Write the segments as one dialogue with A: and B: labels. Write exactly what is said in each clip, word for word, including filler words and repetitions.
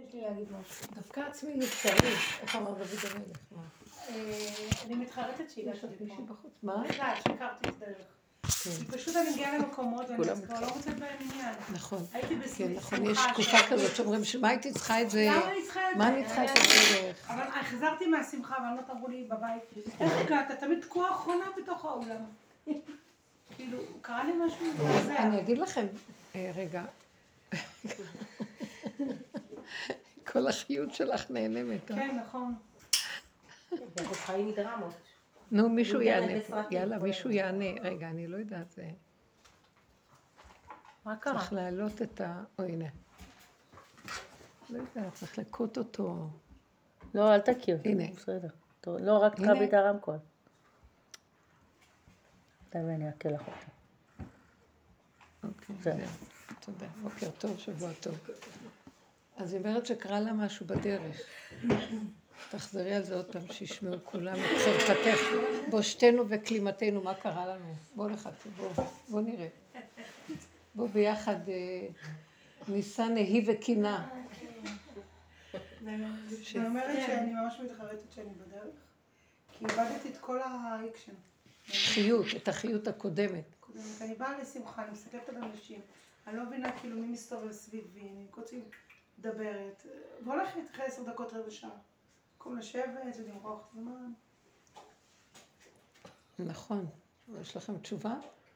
A: רציתי להגיד משהו.
B: דווקא עצמי לבשרי, איך אמר דוד המלך?
A: אני מתחרטת שהגעתי לפה.
B: מה?
A: בכלל, שהכרתי את הדרך. פשוט אני מגיעה למקומות ואני כבר לא רוצה בהם עניין.
B: נכון.
A: הייתי בשמחה.
B: כן, נכון, יש תקופה כזאת שאומרים שמה הייתי צריכה את זה?
A: למה אני צריכה את זה?
B: מה אני צריכה את זה?
A: אבל החזרתי מהשמחה והבנות אמרו לי בבית, איך הגעת? אתה תמיד תקועה אחרונה בתוך האולם. כאילו, קרה לי משהו מזעזע.
B: אני אגיד לכם, רגע, כל החיות שלך נעלמת.
A: כן, נכון.
C: אנחנו חיים מדרמות.
B: נו, מישהו יענה. יאללה, מישהו יענה. רגע, אני לא יודעת זה.
C: מה קרה?
B: צריך להעלות את ה... או, הנה. לא יודעת, צריך לקוט אותו.
C: לא, אל תכיר.
B: הנה.
C: בסדר. לא, רק תקרבי את הרמקול. תביא, אני אקל לך אותה.
B: אוקיי, זהו. תודה. בוקר טוב, שבוע טוב. אז היא אומרת שקרה לה משהו בדרך. תחזרי על זה עוד פעם, שישמעו כולם את חרפתך, בושתנו וכלימתנו, מה קרה לנו? בואו לחצי, בואו, בואו נראה. בואו ביחד ניסה נהי וקינה.
A: אני אומרת שאני ממש מתחרטת שאני בדרך, כי איבדתי את כל האקשן.
B: חיות, את החיות הקודמת.
A: אני באה לשמחה, אני מסתכלת על אנשים, אני לא מבינה כאילו מי מסתובב סביבי, אני קוצים מדברת, והולכת אחרי עשר דקות רבע שעה. קום לשבת ולמרוח זמן.
B: נכון. יש לכם תשובה?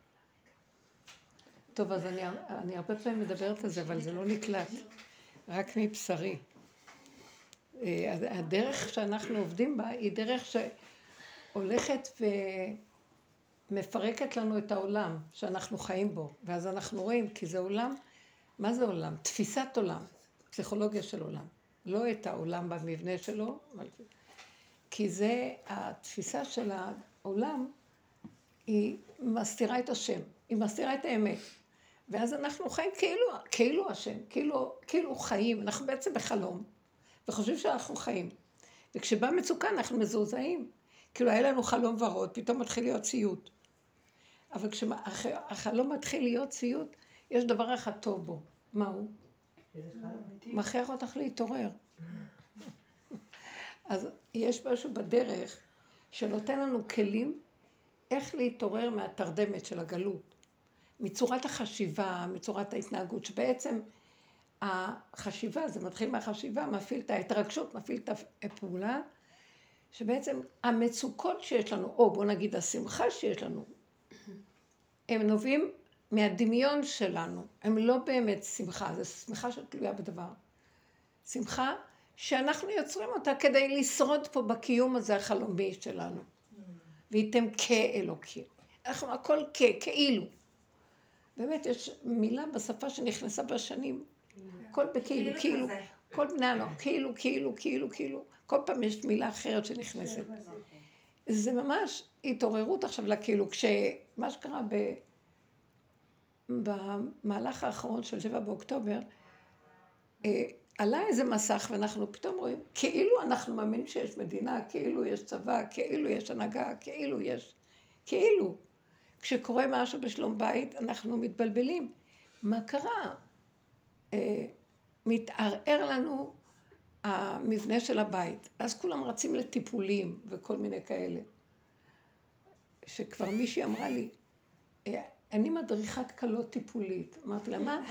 B: טוב, אז אני, אני הרבה פעמים מדברת על זה, אבל זה לא נקלט. רק מבשרי. הדרך שאנחנו עובדים בה היא דרך שהולכת ומפרקת לנו את העולם שאנחנו חיים בו. ואז אנחנו רואים, כי זה עולם, מה זה עולם? תפיסת עולם, פסיכולוגיה של עולם. לא את העולם במבנה שלו, כי זה, התפיסה של העולם, היא מסתירה את השם, היא מסתירה את האמת. ואז אנחנו חיים כאילו, כאילו השם, כאילו, כאילו חיים, אנחנו בעצם בחלום, וחושבים שאנחנו חיים. וכשבא מצוקה אנחנו מזועזעים, כאילו היה לנו חלום ורוד, פתאום מתחיל להיות סיוט. אבל כשהחלום מתחיל להיות סיוט, יש דבר אחד טוב בו. מה הוא? מכריח אותך להתעורר. אז יש משהו בדרך שנותן לנו כלים איך להתעורר מהתרדמת של הגלות. מצורת החשיבה, מצורת ההתנהגות, שבעצם החשיבה, זה מתחיל מהחשיבה, מפעיל את ההתרגשות, מפעיל את הפעולה, שבעצם המצוקות שיש לנו, או בוא נגיד השמחה שיש לנו, הם נובעים מהדמיון שלנו, הם לא באמת שמחה, זה שמחה שתלויה בדבר. שמחה שאנחנו יוצרים אותה כדי לשרוד פה בקיום הזה החלומי שלנו. וייתם כאלוקים. אנחנו הכל כ, כאילו. באמת יש מילה בשפה שנכנסה בשנים, כל בכאילו, כאילו, כל בני אדם, כאילו, כאילו, כאילו, כאילו, כל פעם יש מילה אחרת שנכנסת. זה ממש התעוררות עכשיו לכאילו, כשמה שקרה ב... במהלך האחרון של שבעה באוקטובר, עלה איזה מסך ואנחנו פתאום רואים, כאילו אנחנו מאמינים שיש מדינה, כאילו יש צבא, כאילו יש הנהגה, כאילו יש, כאילו. כשקורה משהו בשלום בית, אנחנו מתבלבלים. מה קרה? אה, מתערער לנו המבנה של הבית. אז כולם רצים לטיפולים וכל מיני כאלה. שכבר מישהי אמרה לי, אה, אני מדריכת קלות טיפולית. אמרתי לה, מה?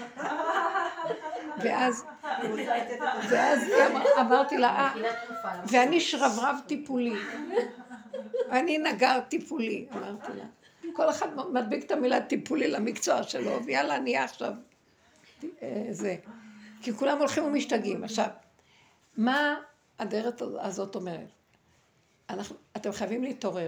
B: ואז, ואז אמרתי לה, ואני שרברב טיפולי. אני נגר טיפולי, אמרתי לה. כל אחד מדביק את המילה טיפולי למקצוע שלו, ויאללה, נהיה עכשיו זה. כי כולם הולכים ומשתגעים. עכשיו, מה הדרך הזאת אומרת? אנחנו, אתם חייבים להתעורר.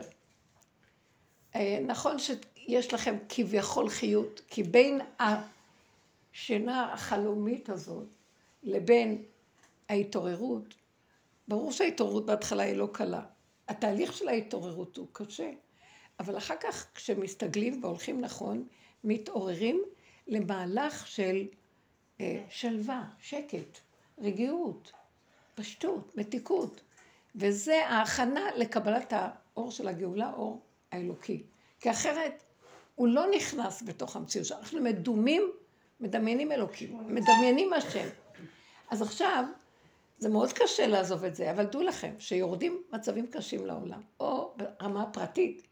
B: נכון שיש לכם כביכול חיות, כי בין השינה החלומית הזאת לבין ההתעוררות, ברור שההתעוררות בהתחלה היא לא קלה. התהליך של ההתעוררות הוא קשה, אבל אחר כך כשמסתגלים והולכים נכון, מתעוררים למהלך של שלווה, שקט, רגיעות, פשטות, מתיקות. וזה ההכנה לקבלת האור של הגאולה, אור האלוקי. כי אחרת הוא לא נכנס בתוך המציאות. אנחנו מדומים, מדמיינים אלוקים, מדמיינים השם. אז עכשיו זה מאוד קשה לעזוב את זה, אבל דעו לכם שיורדים מצבים קשים לעולם, או ברמה פרטית.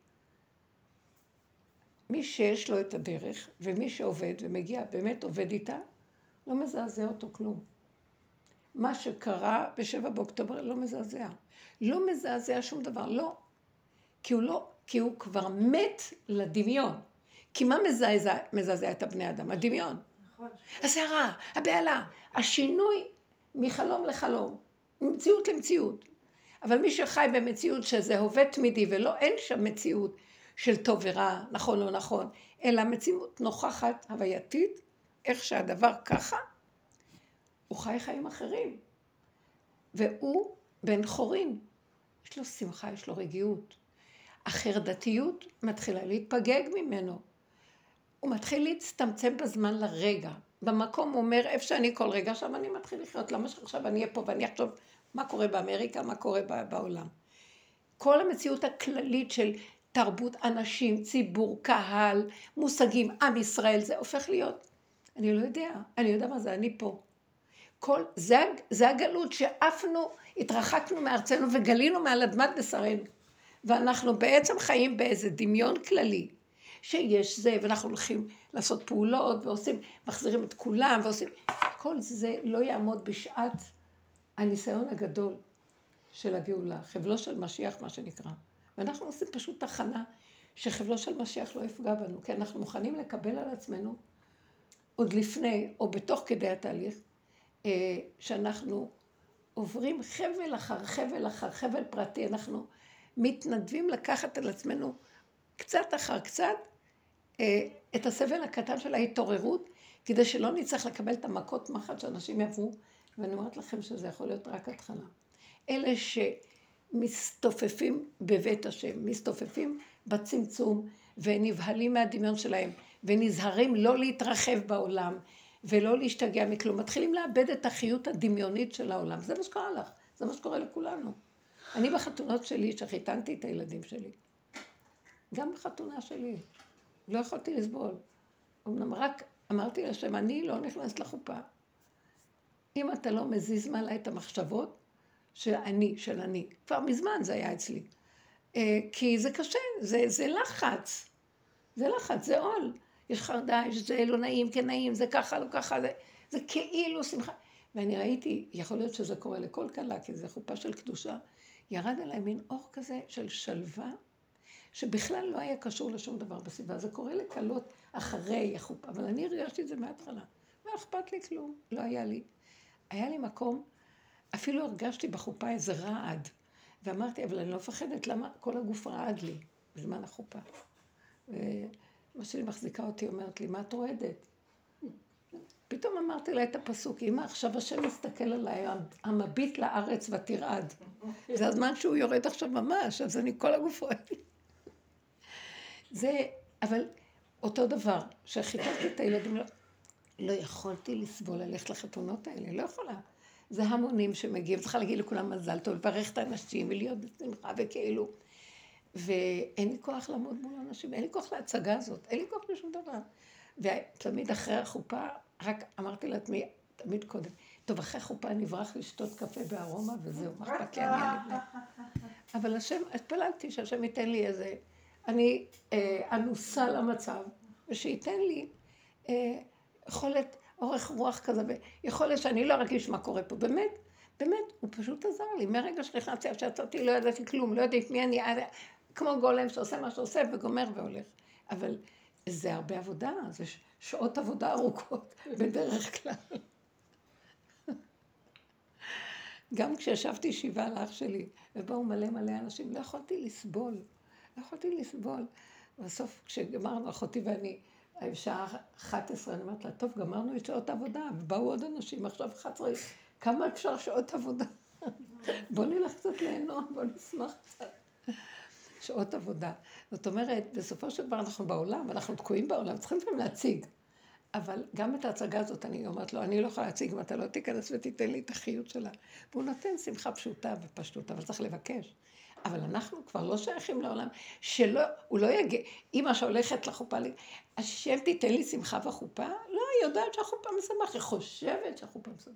B: מי שיש לו את הדרך, ומי שעובד ומגיע, באמת עובד איתה, לא מזעזע אותו כלום. מה שקרה בשבע באוקטובר לא מזעזע. לא מזעזע שום דבר, לא. כי הוא לא, כי הוא כבר מת לדמיון. כי מה מזעזע, מזעזע את הבני אדם? הדמיון.
A: נכון.
B: הסערה, הבעלה, השינוי מחלום לחלום, ממציאות למציאות. אבל מי שחי במציאות שזה הווה תמידי ולא אין שם מציאות של טוב ורע, נכון או נכון, אלא מציאות נוכחת, הווייתית, איך שהדבר ככה, הוא חי חיים אחרים. והוא בן חורין, יש לו שמחה, יש לו רגיעות. החרדתיות מתחילה להתפגג ממנו. הוא מתחיל להצטמצם בזמן לרגע. במקום הוא אומר, איפה שאני כל רגע, עכשיו אני מתחיל לחיות, למה שעכשיו אני אהיה פה ואני אחשוב מה קורה באמריקה, מה קורה בעולם. כל המציאות הכללית של תרבות אנשים, ציבור, קהל, מושגים, עם ישראל, זה הופך להיות, אני לא יודע, אני יודע מה זה, אני פה. כל, זה, זה הגלות שאפנו, התרחקנו מארצנו וגלינו מעל אדמת בשרנו. ואנחנו בעצם חיים באיזה דמיון כללי, שיש זה, ואנחנו הולכים לעשות פעולות, ועושים, מחזירים את כולם, ועושים, כל זה לא יעמוד בשעת הניסיון הגדול של הגאולה, חבלו של משיח, מה שנקרא. ואנחנו עושים פשוט תחנה, שחבלו של משיח לא יפגע בנו, כי אנחנו מוכנים לקבל על עצמנו, עוד לפני, או בתוך כדי התהליך, שאנחנו עוברים חבל אחר חבל אחר חבל פרטי, אנחנו מתנדבים לקחת על עצמנו קצת אחר קצת את הסבל הקטן של ההתעוררות, כדי שלא נצטרך לקבל את המכות מחט שאנשים יעברו, ואני אומרת לכם שזה יכול להיות רק התחלה. אלה שמסתופפים בבית השם, מסתופפים בצמצום, ונבהלים מהדמיון שלהם, ונזהרים לא להתרחב בעולם, ולא להשתגע מכלום, מתחילים לאבד את החיות הדמיונית של העולם. זה מה שקורה לך, זה מה שקורה לכולנו. אני בחתונות שלי, שחיתנתי את הילדים שלי, גם בחתונה שלי, לא יכולתי לסבול. אמנם רק אמרתי לשם, אני לא נכנסת לחופה. אם אתה לא מזיז מעלה את המחשבות של אני, של אני, כבר מזמן זה היה אצלי. כי זה קשה, זה, זה לחץ, זה לחץ, זה עול. יש חרדה, יש זה לא נעים, כן נעים, זה ככה, לא ככה, זה, זה כאילו שמחה. ואני ראיתי, יכול להיות שזה קורה לכל קלה, כי זה חופה של קדושה, ירד עליי מין אור כזה של שלווה, שבכלל לא היה קשור לשום דבר בסביבה. זה קורה לקלות אחרי החופה, אבל אני הרגשתי את זה מההתחלה. לא אכפת לי כלום, לא היה לי. היה לי מקום, אפילו הרגשתי בחופה איזה רעד, ואמרתי, אבל אני לא מפחדת, למה כל הגוף רעד לי בזמן החופה. אמא שלי מחזיקה אותי, אומרת לי, מה את רועדת? פתאום אמרתי לה את הפסוק, אמא, עכשיו השם מסתכל עליי, המביט לארץ ותרעד. זה הזמן שהוא יורד עכשיו ממש, אז אני כל הגוף רועדת. זה, אבל אותו דבר, שחיתנתי את הילדים, לא, לא יכולתי לסבול ללכת לחתונות האלה, לא יכולה. זה המונים שמגיעים, צריכה להגיד לכולם מזל טוב, לברך את האנשים ולהיות בשמחה וכאילו. ואין לי כוח לעמוד מול האנשים, אין לי כוח להצגה הזאת, אין לי כוח לשום דבר. ותמיד אחרי החופה, רק אמרתי לעצמי, תמיד קודם, טוב, אחרי החופה אני אברח לשתות קפה בארומה, וזהו, מה אכפת לי, אני אעלה. אבל השם, התפללתי שהשם ייתן לי איזה, אני אה, אנוסה למצב, ושייתן לי אה, יכולת, אורך רוח כזה, ויכולת שאני לא ארגיש מה קורה פה, באמת, באמת, הוא פשוט עזר לי, מהרגע שנכנסתי, עד שיצאתי, לא ידעתי כלום, לא ידעתי מי אני, כמו גולם שעושה מה שעושה וגומר והולך. אבל זה הרבה עבודה, זה שעות עבודה ארוכות בדרך כלל. גם כשישבתי שבעה לאח שלי, ובאו מלא מלא אנשים, לא יכולתי לסבול, לא יכולתי לסבול. בסוף כשגמרנו, אחותי ואני, שעה אחת עשרה, אני אומרת לה, טוב, גמרנו את שעות עבודה, ובאו עוד אנשים, עכשיו אחת עשרה, כמה אפשר שעות עבודה? בוא נלך קצת ליהנות, בוא נשמח קצת. שעות עבודה. זאת אומרת, בסופו של דבר אנחנו בעולם, אנחנו תקועים בעולם, צריכים פעם להציג. אבל גם את ההצגה הזאת אני אומרת לו, אני לא יכולה להציג אם אתה לא תיכנס ותיתן לי את החיות שלה. והוא נותן שמחה פשוטה ופשטות, אבל צריך לבקש. אבל אנחנו כבר לא שייכים לעולם, שלא, הוא לא יגיע, אמא שהולכת לחופה לי, השם תיתן לי שמחה בחופה? לא, היא יודעת שהחופה משמח, היא חושבת שהחופה משמח.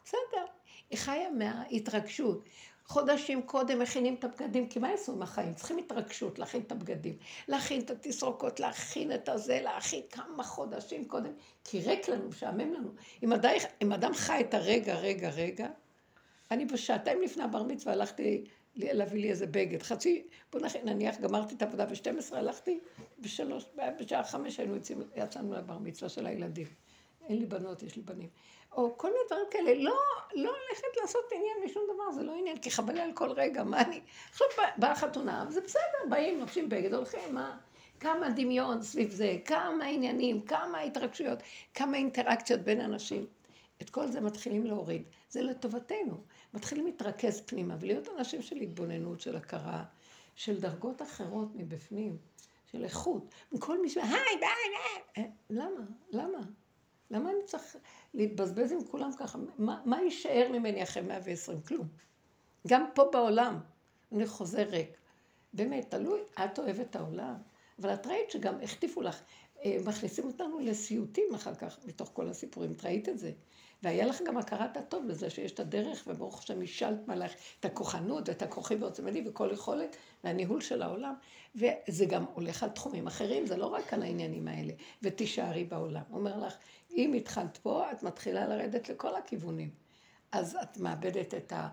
B: בסדר. היא חיה מההתרגשות. חודשים קודם מכינים את הבגדים, כי מה יעשו עם החיים? צריכים התרגשות, להכין את הבגדים, להכין את התסרוקות, להכין את הזה, להכין כמה חודשים קודם, כי ריק לנו, משעמם לנו. אם אדם, אם אדם חי את הרגע, רגע, רגע, אני בשעתיים לפני הבר מצווה הלכתי להביא לי איזה בגד, חצי, בוא נכין, נניח, גמרתי את העבודה ב-שתים עשרה, הלכתי בשלוש, בשעה חמש היינו יוצאים, יצאנו לבר מצווה של הילדים. אין לי בנות, יש לי בנים. או כל מיני דברים כאלה, לא, לא הולכת לעשות עניין משום דבר, זה לא עניין, כי חבל על כל רגע, מה אני... עכשיו באה חתונה, זה בסדר, באים, לובשים בגד, הולכים, מה? כמה דמיון סביב זה, כמה עניינים, כמה התרגשויות, כמה אינטראקציות בין אנשים. את כל זה מתחילים להוריד, זה לטובתנו. מתחילים להתרכז פנימה, ולהיות אנשים של התבוננות, של הכרה, של דרגות אחרות מבפנים, של איכות. כל מי ש... היי, ביי, ביי. למה? למה? למה אני צריך להתבזבז עם כולם ככה? מה, מה יישאר ממני אחרי מאה ועשרים? כלום. גם פה בעולם, אני חוזר ריק. באמת, תלוי, את אוהבת את העולם, אבל את ראית שגם החטיפו לך, מכניסים אותנו לסיוטים אחר כך, מתוך כל הסיפורים, את ראית את זה. והיה לך גם הכרת הטוב לזה שיש את הדרך, וברוך השם השלת מלך את הכוחנות ואת הכוחי ועוצמתי וכל יכולת, והניהול של העולם, וזה גם הולך על תחומים אחרים, זה לא רק על העניינים האלה, ותישארי בעולם. הוא אומר לך, אם התחלת פה, את מתחילה לרדת לכל הכיוונים. אז את מאבדת את ה...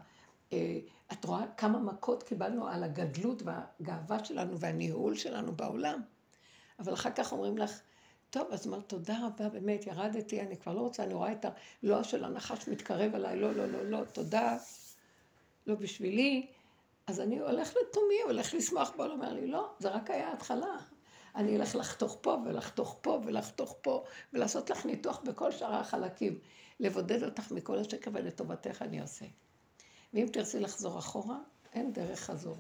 B: את רואה כמה מכות קיבלנו על הגדלות והגאווה שלנו והניהול שלנו בעולם. אבל אחר כך אומרים לך, טוב, אז אמרת, תודה רבה, באמת, ירדתי, אני כבר לא רוצה, אני רואה את הלוע של הנחש מתקרב עליי, לא, לא, לא, לא, תודה, לא בשבילי. אז אני הולך לתומי, הולך לשמוח בו, הוא אומר לי, לא, זה רק היה ההתחלה. אני אלך לחתוך פה ולחתוך פה ולחתוך פה, ולעשות לך ניתוח בכל שאר החלקים, לבודד אותך מכל השקר ולטובתך אני עושה. ואם תרצי לחזור אחורה, אין דרך חזור.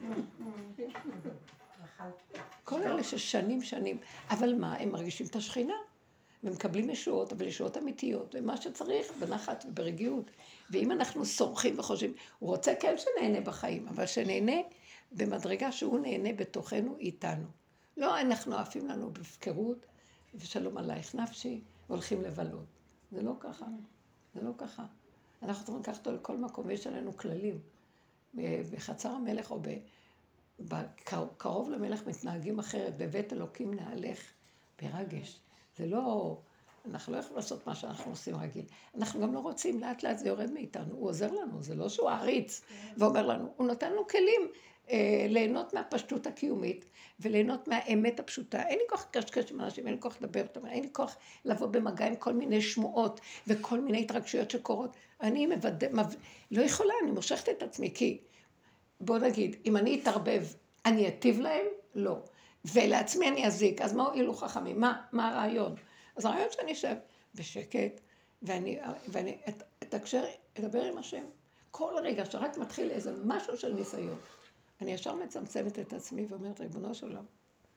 B: כל אלה ששנים שנים, אבל מה, הם מרגישים את השכינה, ומקבלים ישועות, אבל ישועות אמיתיות, ומה שצריך בנחת וברגיעות. ואם אנחנו סורכים וחושבים, הוא רוצה כן שנהנה בחיים, אבל שנהנה במדרגה שהוא נהנה בתוכנו איתנו. לא, אנחנו עפים לנו בהפקרות, ושלום עלייך נפשי, והולכים לבלות. זה לא ככה, זה לא ככה. אנחנו צריכים לקחת אותו לכל מקום, ויש עלינו כללים. בחצר המלך או בקרוב למלך מתנהגים אחרת, בבית אלוקים נהלך ברגש. זה לא, אנחנו לא יכולים לעשות מה שאנחנו עושים רגיל. אנחנו גם לא רוצים, לאט לאט זה יורד מאיתנו, הוא עוזר לנו, זה לא שהוא עריץ ואומר לנו, הוא נותן לנו כלים אה, ליהנות מהפשטות הקיומית וליהנות מהאמת הפשוטה. אין לי כוח קשקש עם אנשים, אין לי כוח לדבר אותם, אין לי כוח לבוא במגע עם כל מיני שמועות וכל מיני התרגשויות שקורות. אני מבד... מב... לא יכולה, אני מושכת את עצמי, כי בוא נגיד, אם אני אתערבב, אני אטיב להם? לא. ולעצמי אני אזיק, אז מה הועילו חכמים? מה, מה הרעיון? אז הרעיון שאני אשב בשקט, ואני, ואני את, אתקשר, אדבר עם השם. כל רגע שרק מתחיל איזה משהו של ניסיון, אני ישר מצמצמת את עצמי ואומרת, ריבונו של עולם,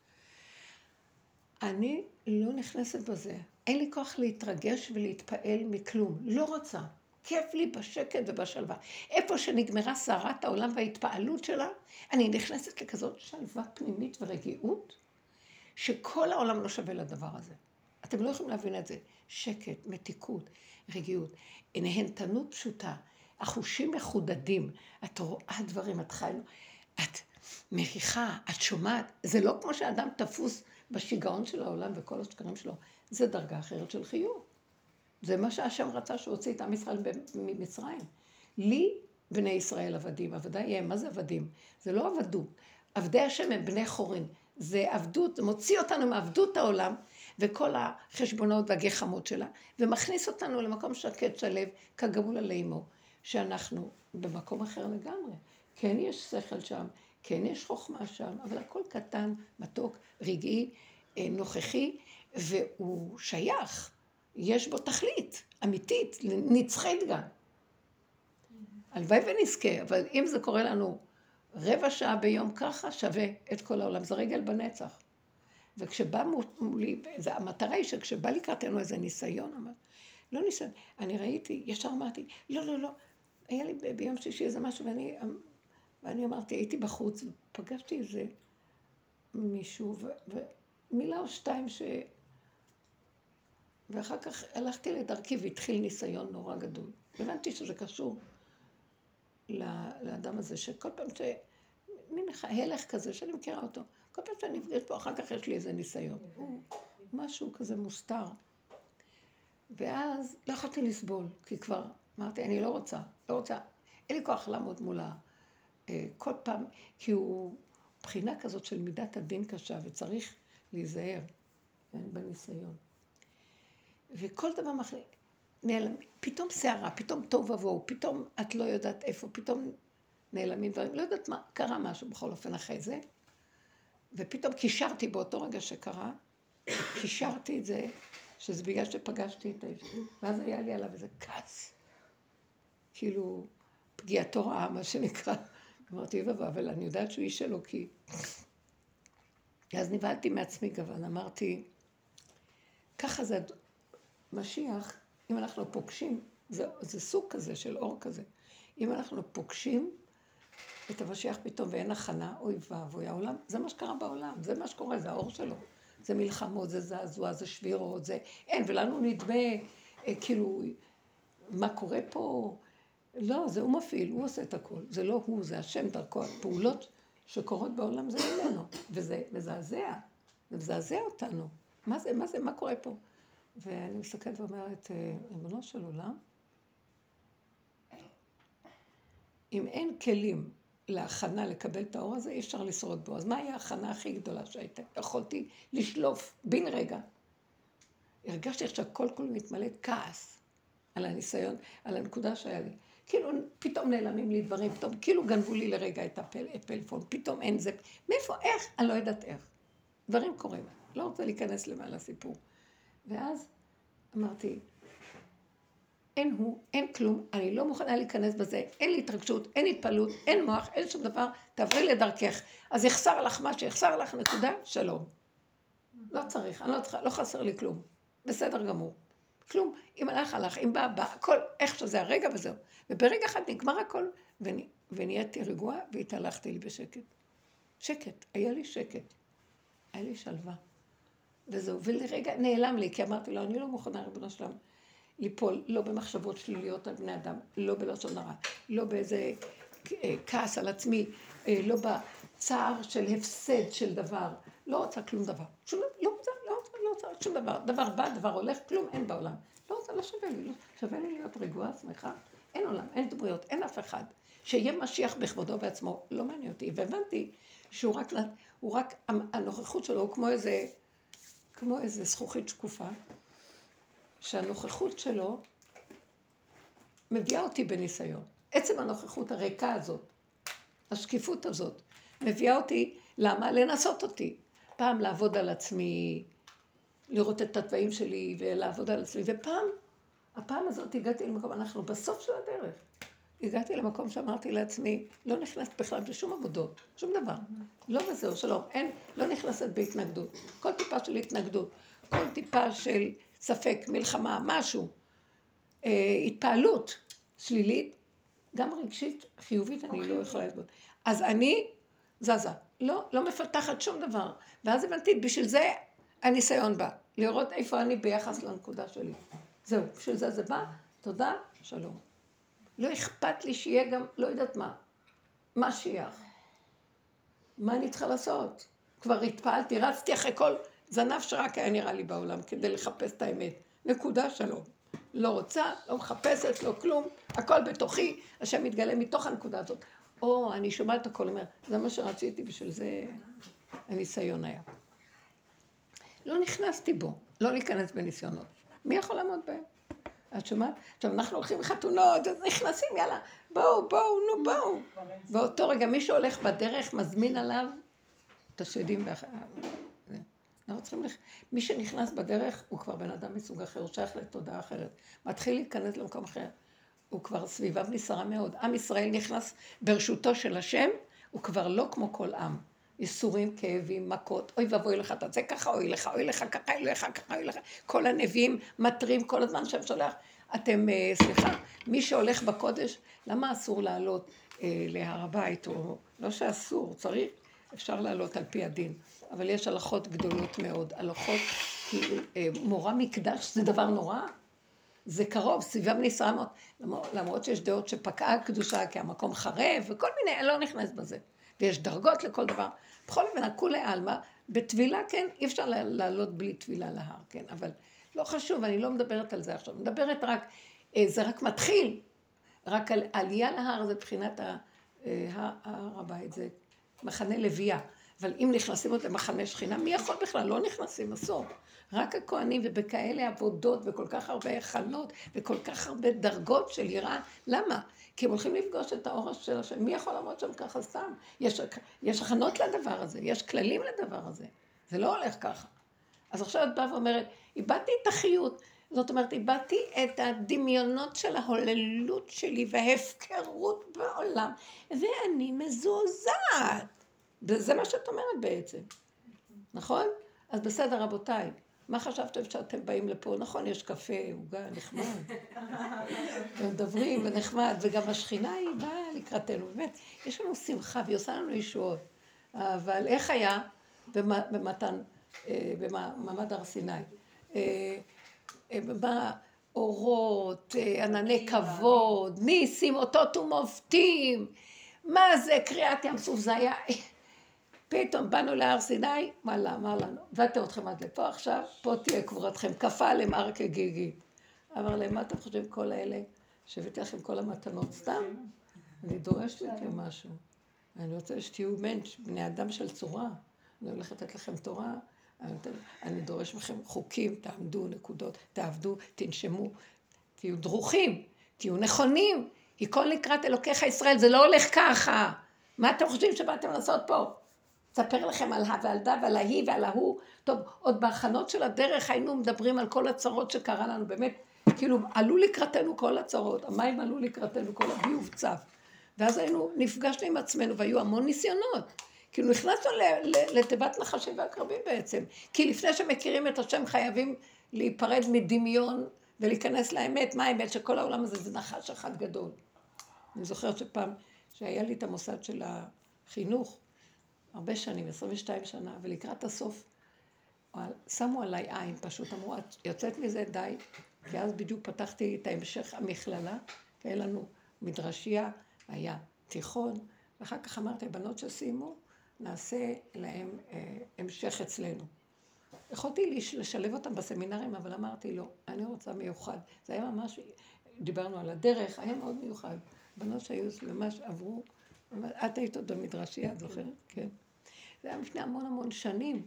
B: אני לא נכנסת בזה. אין לי כוח להתרגש ולהתפעל מכלום. לא רוצה. כיף לי בשקט ובשלווה. איפה שנגמרה סערת העולם וההתפעלות שלה, אני נכנסת לכזאת שלווה פנימית ורגיעות, שכל העולם לא שווה לדבר הזה. אתם לא יכולים להבין את זה. שקט, מתיקות, רגיעות, נהנתנות פשוטה, החושים מחודדים, את רואה דברים, את חיינו, את מריחה, את שומעת, זה לא כמו שאדם תפוס בשיגעון של העולם וכל השקרים שלו, זה דרגה אחרת של חיות. זה מה שהשם רצה שהוציא את עם ישראל ממצרים. לי בני ישראל עבדים, עבדי הם, מה זה עבדים? זה לא עבדות. עבדי השם הם בני חורין. זה עבדות, זה מוציא אותנו מעבדות העולם וכל החשבונות והגחמות שלה, ומכניס אותנו למקום שקט שלב, כגמול עלי אמו, שאנחנו במקום אחר לגמרי. כן יש שכל שם, כן יש חוכמה שם, אבל הכל קטן, מתוק, רגעי, נוכחי, והוא שייך. יש בו תכלית, אמיתית, נצחית גם. הלוואי ונזכה, אבל אם זה קורה לנו רבע שעה ביום ככה, שווה את כל העולם. זה רגל בנצח. וכשבא מולי, המטרה היא שכשבא לקראתנו איזה ניסיון, אמר, לא ניסיון, אני ראיתי, ישר אמרתי, לא, לא, לא, היה לי ביום שישי איזה משהו, ואני, ואני אמרתי, הייתי בחוץ, ופגשתי איזה מישהו, ומילה או שתיים ש... ואחר כך הלכתי לדרכי והתחיל ניסיון נורא גדול. הבנתי שזה קשור לאדם הזה, שכל פעם ש... מין הלך כזה שאני מכירה אותו, כל פעם שאני נפגש פה, אחר כך יש לי איזה ניסיון. הוא משהו כזה מוסתר. ואז לא יכולתי לסבול, כי כבר אמרתי, אני לא רוצה, לא רוצה, אין לי כוח לעמוד מולה. כל פעם, כי הוא בחינה כזאת של מידת הדין קשה, וצריך להיזהר בניסיון. וכל דבר מחליט, נעלם, פתאום שערה, פתאום טוב ובואו, פתאום את לא יודעת איפה, פתאום נעלמים דברים, לא יודעת מה, קרה משהו בכל אופן אחרי זה, ופתאום קישרתי באותו רגע שקרה, קישרתי את זה, שזה בגלל שפגשתי את האיש, ואז היה לי עליו איזה כעס, כאילו פגיעתו רעה, מה שנקרא. אמרתי, אבל אני יודעת שהוא איש אלוקי. אז נבהלתי מעצמי גוון, אמרתי, ככה זה משיח, אם אנחנו פוגשים, זה, זה סוג כזה של אור כזה, אם אנחנו פוגשים את המשיח פתאום ואין הכנה, אוי ואבוי, העולם, זה מה שקרה בעולם, זה מה שקורה, זה האור שלו. זה מלחמות, זה זעזוע, זה שבירות, זה אין, ולנו נדמה, אה, כאילו, מה קורה פה? לא, זה הוא מפעיל, הוא עושה את הכל, זה לא הוא, זה השם דרכו, הפעולות שקורות בעולם זה ממנו, וזה מזעזע, זה מזעזע אותנו. מה זה, מה זה, מה קורה פה? ואני מסתכלת ואומרת, ריבונו של עולם, אם אין כלים להכנה לקבל את האור הזה, אי אפשר לשרוד בו. אז מה היה ההכנה הכי גדולה שהייתה? יכולתי לשלוף בין רגע. הרגשתי איך שהכל כול מתמלא כעס על הניסיון, על הנקודה שהיה לי. כאילו פתאום נעלמים לי דברים, פתאום כאילו גנבו לי לרגע את הפל, הפלאפון, פתאום אין זה. מאיפה, איך? אני לא יודעת איך. דברים קורים. לא רוצה להיכנס למעלה לסיפור. ואז אמרתי, אין הוא, אין כלום, אני לא מוכנה להיכנס בזה, אין לי התרגשות, אין התפעלות, אין מוח, אין שום דבר, תעברי לדרכך. אז יחסר לך מה שיחסר לך, נקודה, שלום. לא צריך, אני לא צריכה, לא חסר לי כלום. בסדר גמור. כלום, אם הלך הלך, אם בא בא, הכל, איך שזה הרגע וזהו. וברגע אחד נגמר הכל, וני, ונהייתי רגועה, והתהלכתי לי בשקט. שקט, היה לי שקט. היה לי שלווה. וזהו, ולרגע נעלם לי, כי אמרתי לו, אני לא מוכנה, ריבונו שלם, ליפול, לא במחשבות שליליות על בני אדם, לא בלשון הרע, לא באיזה כעס על עצמי, לא בצער של הפסד של דבר, לא רוצה כלום דבר. שום, לא רוצה, לא רוצה, לא רוצה, שום דבר. דבר בא, דבר הולך, כלום אין בעולם. לא רוצה, לא שווה לי, לא שווה לי להיות רגועה, שמחה. אין עולם, אין דמויות, אין אף אחד. שיהיה משיח בכבודו בעצמו, לא מעניין אותי. והבנתי שהוא רק, הוא רק, הנוכחות שלו הוא כמו איזה, כמו איזה זכוכית שקופה, שהנוכחות שלו מביאה אותי בניסיון. עצם הנוכחות הריקה הזאת, השקיפות הזאת, מביאה אותי, למה? לנסות אותי. פעם לעבוד על עצמי, לראות את התוואים שלי ולעבוד על עצמי, ופעם, הפעם הזאת הגעתי למקום, אנחנו בסוף של הדרך. הגעתי למקום שאמרתי לעצמי, לא נכנסת בכלל בשום עבודות, שום דבר. לא וזהו, שלום, אין, לא נכנסת בהתנגדות. כל טיפה של התנגדות, כל טיפה של ספק, מלחמה, משהו, אה, התפעלות שלילית, גם רגשית, חיובית, אני לא יכולה לסבול. אז אני זזה, לא, לא מפתחת שום דבר. ואז הבנתי, בשביל זה הניסיון בא, לראות איפה אני ביחס לנקודה שלי. זהו, בשביל זה זה בא, תודה, שלום. לא אכפת לי שיהיה גם, לא יודעת מה, משיח. מה אני צריכה לעשות? כבר התפעלתי, רצתי אחרי כל זנב שרק היה נראה לי בעולם, כדי לחפש את האמת. נקודה, שלום. לא רוצה, לא מחפשת, לא כלום, הכל בתוכי, השם מתגלה מתוך הנקודה הזאת. או, אני שומעת הכל, אומר, זה מה שרציתי, בשביל זה הניסיון היה. לא נכנסתי בו, לא להיכנס בניסיונות. מי יכול לעמוד בהם? את שומעת? עכשיו, אנחנו הולכים לחתונות, אז נכנסים, יאללה, בואו, בואו, נו, בואו. באותו רגע, מי שהולך בדרך, מזמין עליו את השדים ואחר. אנחנו צריכים לח... מי שנכנס בדרך, הוא כבר בן אדם מסוג אחר, הוא שייך לתודעה אחרת. מתחיל להיכנס למקום אחר. הוא כבר סביביו נסערה מאוד. עם ישראל נכנס ברשותו של השם, הוא כבר לא כמו כל עם. ייסורים, כאבים, מכות, אוי ואבוי לך, תצא ככה, אוי לך, אוי לך, ככה, אוי לך, ככה, אוי לך. כל הנביאים מטרים כל הזמן שם שולח. אתם, סליחה, מי שהולך בקודש, למה אסור לעלות אה, להר הבית? או לא שאסור, צריך, אפשר לעלות על פי הדין. אבל יש הלכות גדולות מאוד. הלכות, כאילו, אה, מורה מקדש זה דבר נורא. זה קרוב, סביבם נשרע מאוד, למרות שיש דעות שפקעה קדושה, כי המקום חרב, וכל מיני, אני לא נכנס בזה. ויש דרגות לכל דבר. בכל אופן, הכולי עלמא, בטבילה, כן, אי אפשר לעלות בלי טבילה להר, כן, אבל לא חשוב, אני לא מדברת על זה עכשיו, מדברת רק, זה רק מתחיל, רק על עלייה להר זה בחינת הר הבית, זה מחנה לוויה, אבל אם נכנסים עוד למחנה שכינה, מי יכול בכלל? לא נכנסים, אסור. רק הכהנים ובכאלה עבודות וכל כך הרבה הכנות וכל כך הרבה דרגות של יראה. למה? כי הם הולכים לפגוש את האור של השם. מי יכול לעמוד שם ככה סתם? יש, יש הכנות לדבר הזה, יש כללים לדבר הזה. זה לא הולך ככה. אז עכשיו את באה ואומרת, איבדתי את החיות. זאת אומרת, איבדתי את הדמיונות של ההוללות שלי וההפקרות בעולם, ואני מזועזעת. וזה מה שאת אומרת בעצם. נכון? אז בסדר, רבותיי. מה חשבתם שאתם באים לפה? נכון, יש קפה, עוגה, נחמד. ומדברים ונחמד, וגם השכינה היא באה לקראתנו. באמת, יש לנו שמחה והיא עושה לנו ישועות. אבל איך היה במתן, במעמד הר סיני? מה אורות, ענני כבוד, ניסים, אותות ומופתים. מה זה קריאת ים סוף? זה היה... פתאום באנו להר סיני, וואלה, אמר לנו, הבאתי אתכם עד לפה עכשיו, פה תהיה קבורתכם, כפה עליהם הר כגיגית. אמר להם, מה אתם חושבים כל האלה? שהבאתי לכם כל המתנות סתם? אני דורשת מכם משהו. אני רוצה שתהיו מנש, בני אדם של צורה. אני הולכת לתת לכם תורה, אני דורש מכם חוקים, תעמדו, נקודות, תעבדו, תנשמו, תהיו דרוכים, תהיו נכונים. ייכון לקראת אלוקיך ישראל, זה לא הולך ככה. מה אתם חושבים שבאתם לעשות פה? אספר לכם על ה ועל דה ועל ההיא ועל ההוא. טוב, עוד בהכנות של הדרך היינו מדברים על כל הצרות שקרה לנו, באמת, כאילו עלו לקראתנו כל הצרות, המים עלו לקראתנו, כל הביוב צף. ואז היינו, נפגשנו עם עצמנו והיו המון ניסיונות. כאילו נכנסנו לתיבת נחשים ועקרבים בעצם. כי לפני שמכירים את השם חייבים להיפרד מדמיון ולהיכנס לאמת. מה האמת? שכל העולם הזה זה נחש אחד גדול. אני זוכרת שפעם שהיה לי את המוסד של החינוך, הרבה שנים, עשרים ושתיים שנה, ולקראת הסוף, שמו עליי עין, פשוט אמרו, את יוצאת מזה די, כי אז בדיוק פתחתי את ההמשך המכללה, כי היה לנו מדרשייה, היה תיכון, ואחר כך אמרתי, הבנות שסיימו, נעשה להם אה, המשך אצלנו. יכולתי לשלב אותם בסמינרים, אבל אמרתי, לא, אני רוצה מיוחד. זה היה ממש, דיברנו על הדרך, היה מאוד מיוחד. בנות שהיו ממש עברו, את היית עוד במדרשייה, את זוכרת? כן. זה היה לפני המון המון שנים.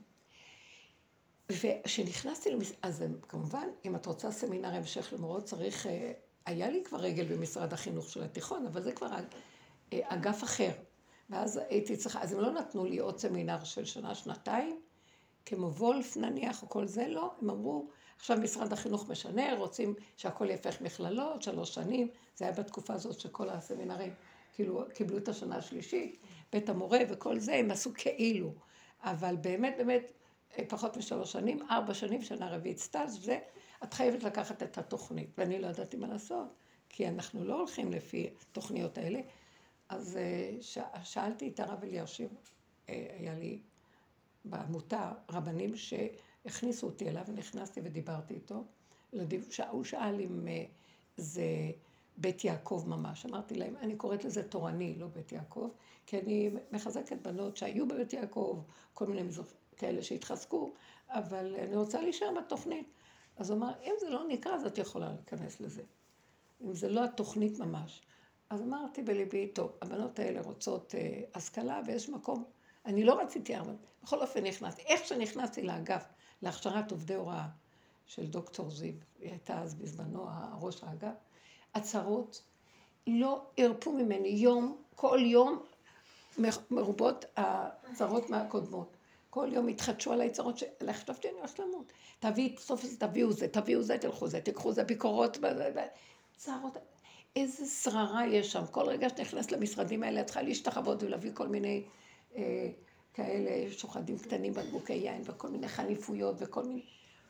B: וכשנכנסתי למס... אז כמובן, אם את רוצה סמינר המשך למורות, צריך... היה לי כבר רגל במשרד החינוך של התיכון, אבל זה כבר אגף אחר. ואז הייתי צריכה... אז הם לא נתנו לי עוד סמינר של שנה, שנתיים, כמו וולף נניח או כל זה, לא. הם אמרו, עכשיו משרד החינוך משנה, רוצים שהכל יהפך מכללות, שלוש שנים. זה היה בתקופה הזאת שכל הסמינרים כאילו קיבלו את השנה השלישית, בית המורה וכל זה, הם עשו כאילו. אבל באמת, באמת, פחות משלוש שנים, ארבע שנים, שנה רביעית סטאז' וזה, את חייבת לקחת את התוכנית. ואני לא ידעתי מה לעשות, כי אנחנו לא הולכים לפי תוכניות האלה. אז ש... שאלתי את הרב אלישיב, היה לי בעמותה רבנים שהכניסו אותי אליו, ונכנסתי ודיברתי איתו. הוא שאל אם זה בית יעקב ממש. אמרתי להם, אני קוראת לזה תורני, לא בית יעקב, כי אני מחזקת בנות שהיו בבית יעקב, כל מיני מזרחים כאלה שהתחזקו, אבל אני רוצה להישאר בתוכנית. אז הוא אמר, אם זה לא נקרא, אז את יכולה להיכנס לזה. אם זה לא התוכנית ממש. אז אמרתי בליבי, טוב, הבנות האלה רוצות אה, השכלה ויש מקום. אני לא רציתי הרבה. בכל אופן נכנסתי. איך שנכנסתי לאגף, להכשרת עובדי הוראה של דוקטור זיו, היא הייתה אז בזמנו ראש האגף, הצהרות לא הרפו ממני יום, כל יום מרובות הצהרות מהקודמות. כל יום התחדשו עליי צרות שחשבתי אני הולכת למות. תביאי, סוף זה, תביאו זה, תביאו זה, תלכו זה, תיקחו זה, ביקורות, צהרות. איזה שררה יש שם. כל רגע שנכנס למשרדים האלה, את צריכה להשתחוות ולהביא כל מיני אה, כאלה שוחדים קטנים בקבוקי יין, וכל מיני חניפויות וכל מיני...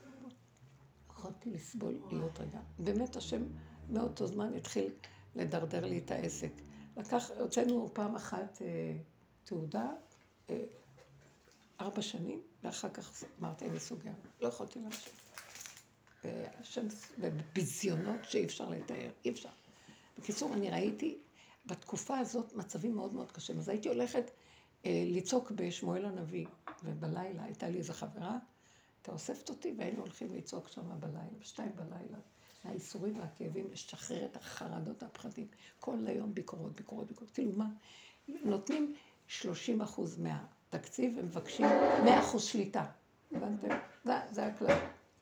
B: יכולתי לסבול להיות רגע. באמת השם מאותו זמן התחיל לדרדר לי את העסק. לקח, הוצאנו פעם אחת אה, תעודה, אה, ארבע שנים, ואחר כך אמרתי, אני סוגר. לא יכולתי להמשיך. ובביזיונות שאי אפשר לתאר, אי אפשר. בקיצור, אני ראיתי בתקופה הזאת מצבים מאוד מאוד קשים. אז הייתי הולכת אה, לצעוק בשמואל הנביא, ובלילה הייתה לי איזו חברה, אתה אוספת אותי והיינו הולכים לצעוק שם בלילה, בשתיים בלילה, האיסורים והכאבים, לשחרר את החרדות והפחדים. כל היום ביקורות, ביקורות, ביקורות. כאילו מה? נותנים שלושים אחוז מהתקציב ומבקשים מאה אחוז שליטה. הבנתם? זה, זה הכלל.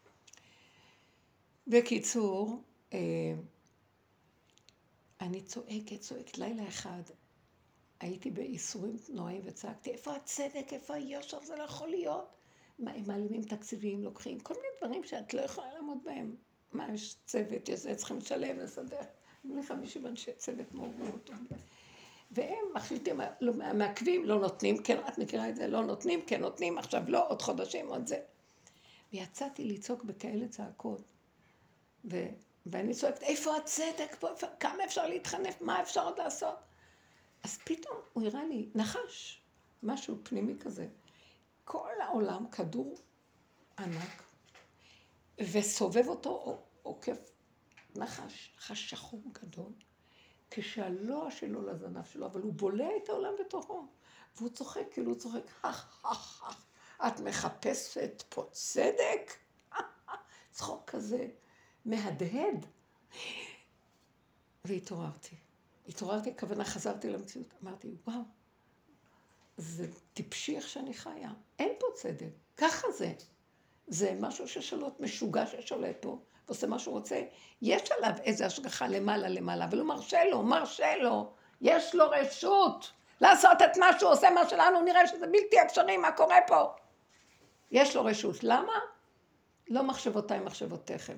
B: בקיצור, אה, אני צועקת, צועקת. לילה אחד הייתי באיסורים נוראים וצעקתי, איפה הצדק, איפה היושר, זה לא יכול להיות. מה, הם מעלימים תקציבים, לוקחים, כל מיני דברים שאת לא יכולה לעמוד בהם. מה, יש צוות, יש זה, צריכים לשלם, לסדר. היו לי חמישים אנשי צוות מאוד טוב. והם מחליטים, לא, מעכבים, לא נותנים, כן, את מכירה את זה, לא נותנים, כן נותנים, עכשיו לא, עוד חודשים, עוד זה. ויצאתי לצעוק בכאלה צעקות. ו... ואני צועקת, איפה הצדק פה, איפה... כמה אפשר להתחנף, מה אפשר עוד לעשות? אז פתאום הוא הראה לי, נחש, משהו פנימי כזה. כל העולם כדור ענק, וסובב אותו עוקף נחש, נחש שחור גדול, כשהלוע שלו לזנב שלו, אבל הוא בולע את העולם בתוכו, והוא צוחק, כאילו הוא צוחק, את מחפשת פה צדק? צחוק כזה. מהדהד. והתעוררתי. התעוררתי, כוונה חזרתי למציאות. אמרתי, וואו, זה טיפשי איך שאני חיה. אין פה צדק. ככה זה. זה משהו ששולט, משוגע ששולט פה, ועושה מה שהוא רוצה. יש עליו איזו השגחה למעלה למעלה, אבל הוא מרשה לו, מרשה לו. יש לו רשות לעשות את מה שהוא עושה, מה שלנו נראה שזה בלתי אפשרי, מה קורה פה. יש לו רשות. למה? לא מחשבותיי, מחשבותיכם.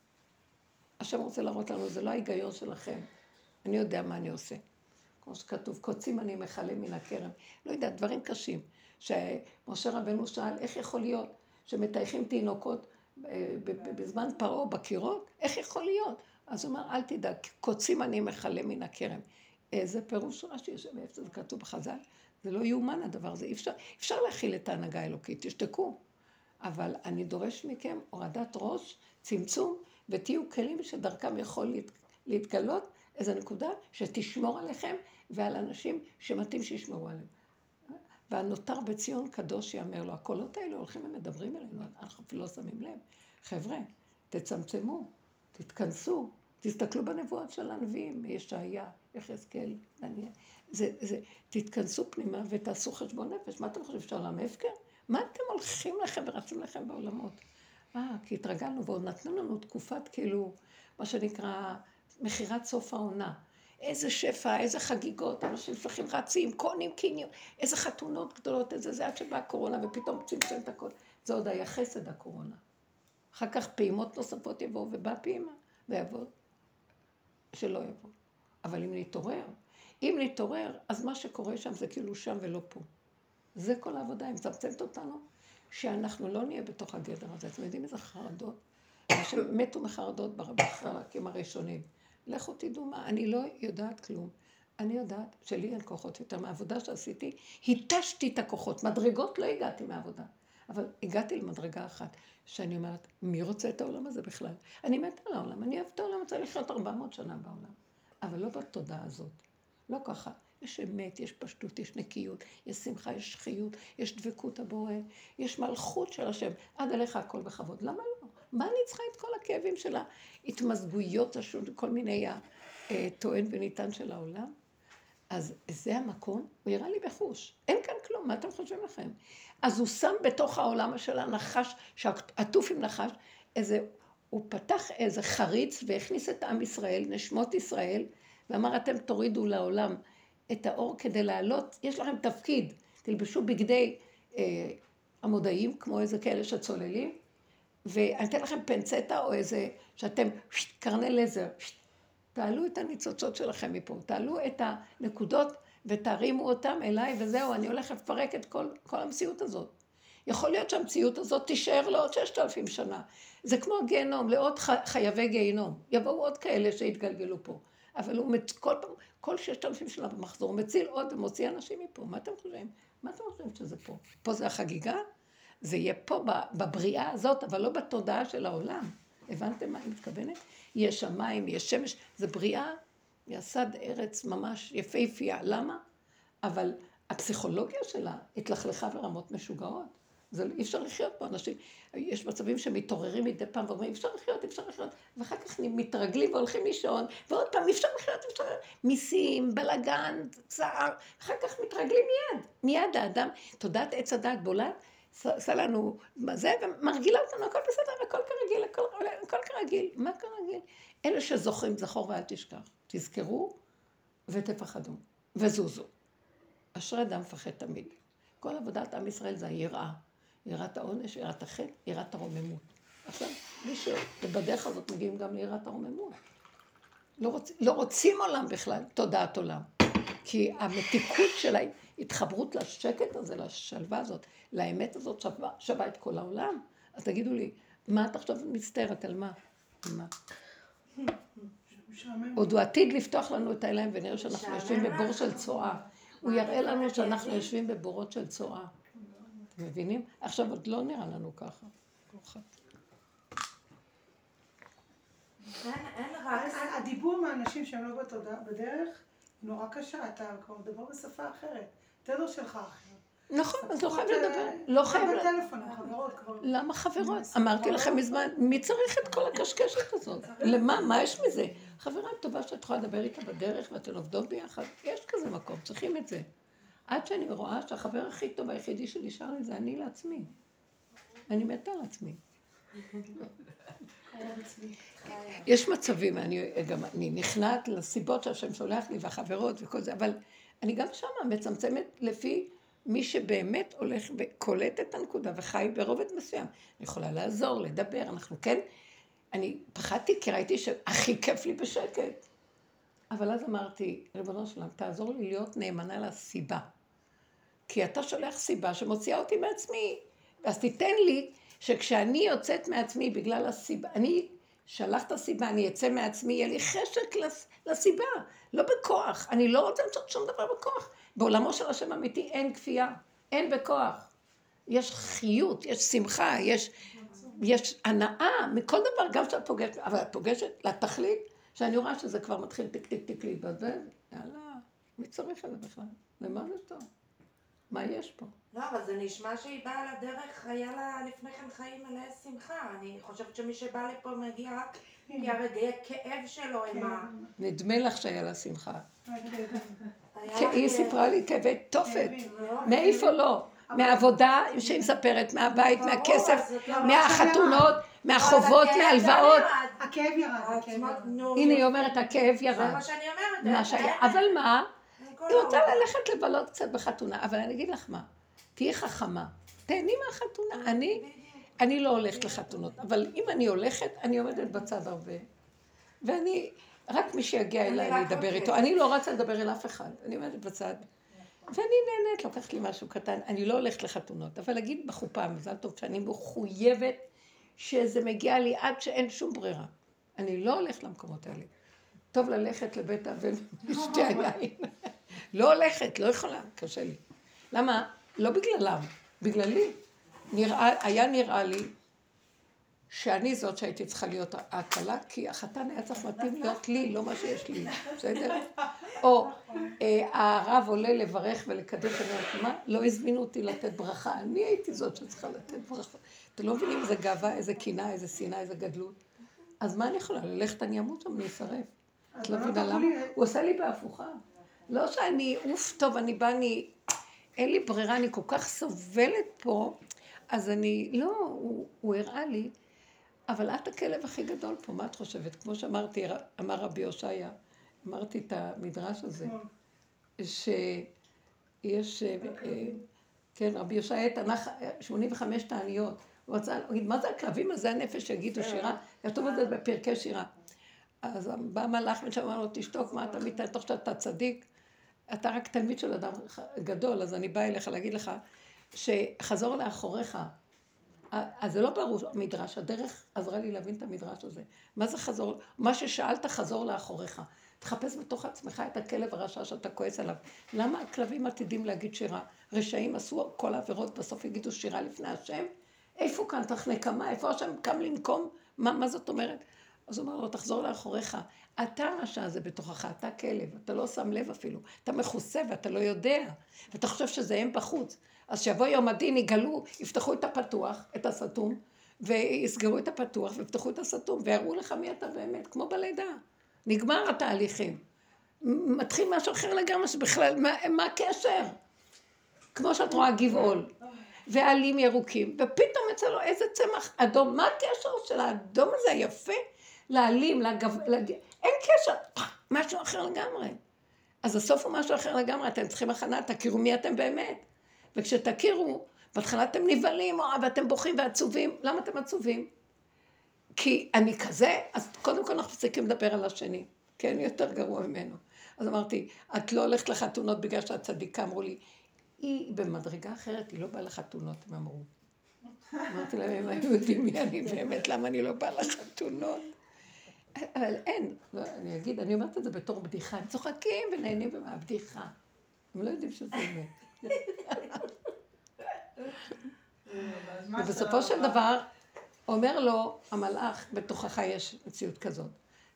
B: השם רוצה להראות לנו, זה לא ההיגיון שלכם. אני יודע מה אני עושה. כמו שכתוב, קוצים אני מחלה מן הכרם. לא יודע, דברים קשים. שמשה רבנו שאל, איך יכול להיות שמטייחים תינוקות בזמן פרעה בקירות? איך יכול להיות? אז הוא אומר, אל תדאג, קוצים אני מחלה מן הכרם. זה פירוש רש"י, איפה זה כתוב בחז"ל. זה לא יאומן הדבר הזה. אפשר, אפשר להכיל את ההנהגה האלוקית, תשתקו. אבל אני דורש מכם הורדת ראש, צמצום, ותהיו כלים שדרכם יכול להתגלות איזו נקודה שתשמור עליכם ועל אנשים שמתאים שישמרו עליהם. והנותר בציון קדוש יאמר לו, הקולות האלה הולכים ומדברים אלינו, אנחנו אפילו לא שמים לב. חבר'ה, תצמצמו, תתכנסו, תסתכלו בנבואות של הנביאים, ישעיה, יחזקאל, דניאל. זה, זה, תתכנסו פנימה ותעשו חשבון נפש. מה אתם חושבים, אפשר לעם הפקר? מה אתם הולכים לכם ורצים לכם בעולמות? אה, כי התרגלנו ועוד נתנו לנו תקופת כאילו, מה שנקרא, מחירת סוף העונה. איזה שפע, איזה חגיגות, אנשים שפכים רצים, קונים, קיניות, איזה חתונות גדולות, איזה זה, עד שבאה הקורונה ופתאום צמצם את הכל. זה עוד היה חסד הקורונה. אחר כך פעימות נוספות יבואו ובאה פעימה ויבוא, שלא יבוא. אבל אם נתעורר, אם נתעורר, אז מה שקורה שם זה כאילו שם ולא פה. זה כל העבודה, היא מצמצמת אותנו, שאנחנו לא נהיה בתוך הגדר הזה. אתם יודעים איזה חרדות? אנשים מתו מחרדות בחלקים הראשונים. לכו תדעו מה, אני לא יודעת כלום. אני יודעת שלי אין כוחות יותר מהעבודה שעשיתי. היטשתי את הכוחות, מדרגות לא הגעתי מהעבודה. אבל הגעתי למדרגה אחת, שאני אומרת, מי רוצה את העולם הזה בכלל? אני מתה על העולם, אני אוהבת העולם, רוצה לחיות ארבע מאות שנה בעולם. אבל לא בתודעה הזאת, לא ככה. יש אמת, יש פשטות, יש נקיות, יש שמחה, יש שחיות, יש דבקות הבורא, יש מלכות של השם. עד אליך הכל בכבוד. למה לא? מה אני צריכה את כל הכאבים של ההתמזגויות השונות, כל מיני הטוען וניתן של העולם? אז זה המקום, הוא יראה לי בחוש. אין כאן כלום, מה אתם חושבים לכם? אז הוא שם בתוך העולם של הנחש, שעטוף עם נחש, איזה, הוא פתח איזה חריץ והכניס את עם ישראל, נשמות ישראל, ואמר, אתם תורידו לעולם את האור כדי לעלות, יש לכם תפקיד, תלבשו בגדי אה, עמודאים, כמו איזה כאלה שצוללים, ואני אתן לכם פנצטה או איזה, שאתם קרני לזר, תעלו את הניצוצות שלכם מפה, תעלו את הנקודות ותרימו אותם אליי, וזהו, אני הולך לפרק את כל, כל המציאות הזאת. יכול להיות שהמציאות הזאת תישאר לעוד ששת אלפים שנה. זה כמו גיהנום, לעוד חייבי גיהנום. יבואו עוד כאלה שהתגלגלו פה. אבל הוא כל פעם, כל ששת אלפים שנה במחזור, הוא מציל עוד ומוציא אנשים מפה. מה אתם חושבים? מה אתם חושבים שזה פה? פה זה החגיגה? זה יהיה פה בבריאה הזאת, אבל לא בתודעה של העולם. הבנתם מה אני מתכוונת? יש שמיים, יש שמש, זה בריאה, יסד ארץ ממש יפהפייה. למה? אבל הפסיכולוגיה שלה התלכלכה ברמות משוגעות. זה אי אפשר לחיות פה, אנשים, יש מצבים שמתעוררים מדי פעם ואומרים, אפשר לחיות, אפשר לחיות, ואחר כך מתרגלים והולכים לישון, ועוד פעם אפשר לחיות, אפשר לחיות, מיסים, בלגן, צער, אחר כך מתרגלים מיד, מיד האדם, תודעת עץ הדעת בולט, עשה לנו זה, ומרגילה אותנו, הכל בסדר, הכל כרגיל, הכל, הכל כרגיל, מה כרגיל? אלה שזוכרים, זכור ואל תשכח, תזכרו ותפחדו, וזוזו. אשרי אדם מפחד תמיד. כל עבודת עם ישראל זה היראה. יראת העונש, יראת החטא, יראת הרוממות. עכשיו, מי שבדרך הזאת מגיעים גם ליראת הרוממות. לא, רוצ, לא רוצים עולם בכלל, תודעת עולם. כי המתיקות של ההתחברות לשקט הזה, לשלווה הזאת, לאמת הזאת שווה, שווה את כל העולם. אז תגידו לי, מה את עכשיו מצטערת על מה? מה? עוד הוא עתיד לפתוח לנו את העיניים ונראה שאנחנו יושבים בבור של צואה. הוא יראה לנו שאנחנו יושבים בבורות של צואה. אתם מבינים? עכשיו עוד לא נראה לנו ככה.
A: הדיבור עם האנשים שהם לא בתודעה בדרך, נורא קשה, אתה כבר מדבר בשפה אחרת. תדר שלך אחר.
B: נכון, אז לא חייב לדבר. לא חייב לדבר.
A: בטלפון, חברות כבר.
B: למה חברות? אמרתי לכם מזמן, מי צריך את כל הקשקשת הזאת? למה? מה יש מזה? חברה טובה שאת יכולה לדבר איתה בדרך ואתן עובדות ביחד. יש כזה מקום, צריכים את זה. עד שאני רואה שהחבר הכי טוב היחידי שנשאר לי זה אני לעצמי. אני מתה על עצמי. יש מצבים, אני גם אני נכנעת לסיבות שהשם שולח לי והחברות וכל זה, אבל אני גם שמה מצמצמת לפי מי שבאמת הולך וקולט את הנקודה וחי ברובד מסוים. אני יכולה לעזור, לדבר, אנחנו כן, אני פחדתי כי ראיתי שהכי כיף לי בשקט. אבל אז אמרתי, ריבונו שלם, תעזור לי להיות נאמנה לסיבה. כי אתה שולח סיבה שמוציאה אותי מעצמי. אז תיתן לי שכשאני יוצאת מעצמי בגלל הסיבה, אני שלח את הסיבה, אני אצא מעצמי, יהיה לי חשק לסיבה, לא בכוח. אני לא רוצה לעשות שום דבר בכוח. בעולמו של השם אמיתי אין כפייה, אין בכוח. יש חיות, יש שמחה, יש, יש הנאה מכל דבר, גם שאת פוגשת, אבל את פוגשת לתכלית, שאני רואה שזה כבר מתחיל טיק טיק טיק להתבזבז, יאללה, מי צריך את זה בכלל? למה זה טוב? מה יש פה?
D: לא, אבל זה נשמע שהיא באה לדרך, היה לה לפני כן חיים מלא שמחה. אני חושבת שמי שבא לפה מגיע רק כי הרגעי כאב שלו עם ה...
B: נדמה לך שהיה לה שמחה. כי היא סיפרה לי כאבי תופת. מאיפה לא? מהעבודה שהיא מספרת, מהבית, מהכסף, מהחתונות, מהחובות, מהלוואות.
A: הכאב ירד.
B: הנה היא אומרת, הכאב ירד.
D: זה מה שאני אומרת.
B: אבל מה? היא רוצה ללכת לבלות קצת בחתונה, אבל אני אגיד לך מה, תהיי חכמה, תהני מהחתונה, אני, אני לא הולכת לחתונות, אבל אם אני הולכת, אני עומדת בצד הרבה, ואני, רק מי שיגיע אליי, אני אדבר איתו, אני לא רצה לדבר אל אף אחד, אני עומדת בצד, ואני נהנית, לוקחת לי משהו קטן, אני לא הולכת לחתונות, אבל אגיד בחופה, מזל טוב, שאני מחויבת שזה מגיע לי עד שאין שום ברירה, אני לא הולכת למקומות האלה, טוב ללכת לבית האבל, לשתי היין. לא הולכת, לא יכולה, קשה לי. למה? לא בגללם, בגללי. נראה, היה נראה לי שאני זאת שהייתי צריכה להיות ההקלה, כי החתן היה צריך מתאים להיות לי, לא מה שיש לי, בסדר? או הרב עולה לברך ולקדם את מה? לא הזמינו אותי לתת ברכה, אני הייתי זאת שצריכה לתת ברכה. אתם לא מבינים איזה גאווה, איזה קינה, איזה שנאה, איזה גדלות. אז מה אני יכולה? ללכת אני אמות שם, אני אשרף. את לא מבינה למה? הוא עושה לי בהפוכה. לא שאני, אוף, טוב, אני באה, אני, אין לי ברירה, אני כל כך סובלת פה, אז אני, לא, הוא, הוא הראה לי, אבל את הכלב הכי גדול פה, מה את חושבת? כמו שאמרתי, אמר רבי הושעיה, אמרתי את המדרש הזה, שיש, כן, רבי הושעיה תנ"ך שמונים וחמש תעניות, הוא רצה להגיד, מה זה הכלבים הזה הנפש שיגידו שירה? כתוב את זה בפרקי שירה. אז בא מלאך ושאמר לו, תשתוק, מה אתה מתנתוך שאתה צדיק? אתה רק תלמיד של אדם גדול, אז אני באה אליך להגיד לך, שחזור לאחוריך. אז זה לא ברור מדרש, הדרך עזרה לי להבין את המדרש הזה. מה זה חזור? מה ששאלת חזור לאחוריך. תחפש בתוך עצמך את הכלב הרשע שאתה כועס עליו. למה הכלבים עתידים להגיד שירה? רשעים עשו כל העבירות, בסוף יגידו שירה לפני השם? איפה כאן תך נקמה? איפה השם קם לנקום מה, מה זאת אומרת? אז הוא אומר לו, תחזור לאחוריך. אתה הרשע הזה בתוכך, אתה כלב, אתה לא שם לב אפילו. אתה מכוסה ואתה לא יודע. ואתה חושב שזה הם בחוץ. אז שיבוא יום הדין, יגלו, יפתחו את הפתוח, את הסתום, ויסגרו את הפתוח, ויפתחו את הסתום, ויראו לך מי אתה באמת, כמו בלידה. נגמר התהליכים. מתחיל משהו אחר לגמרי, שבכלל, מה, מה הקשר? כמו שאת רואה גבעול, ועלים ירוקים, ופתאום יצא לו איזה צמח אדום. מה הקשר של האדום הזה היפה? לעלים, לגב... לג... אין קשר, משהו אחר לגמרי. אז הסוף הוא משהו אחר לגמרי, אתם צריכים הכנה, תכירו מי אתם באמת. וכשתכירו, בהתחלה אתם נבהלים, ואתם בוכים ועצובים. למה אתם עצובים? כי אני כזה, אז קודם כל אנחנו מפסיקים לדבר על השני, כי אני יותר גרוע ממנו. אז אמרתי, את לא הולכת לחתונות בגלל שאת צדיקה, אמרו לי, היא במדרגה אחרת, היא לא באה לחתונות, הם אמרו. אמרתי להם, הם היו יודעים מי אני באמת, למה אני לא באה לחתונות. אבל אין, לא, אני אגיד, אני אומרת את זה בתור בדיחה, הם צוחקים ונהנים מהבדיחה. הם לא יודעים שזה אמת. ובסופו של דבר, אומר לו, המלאך, בתוכך יש מציאות כזאת,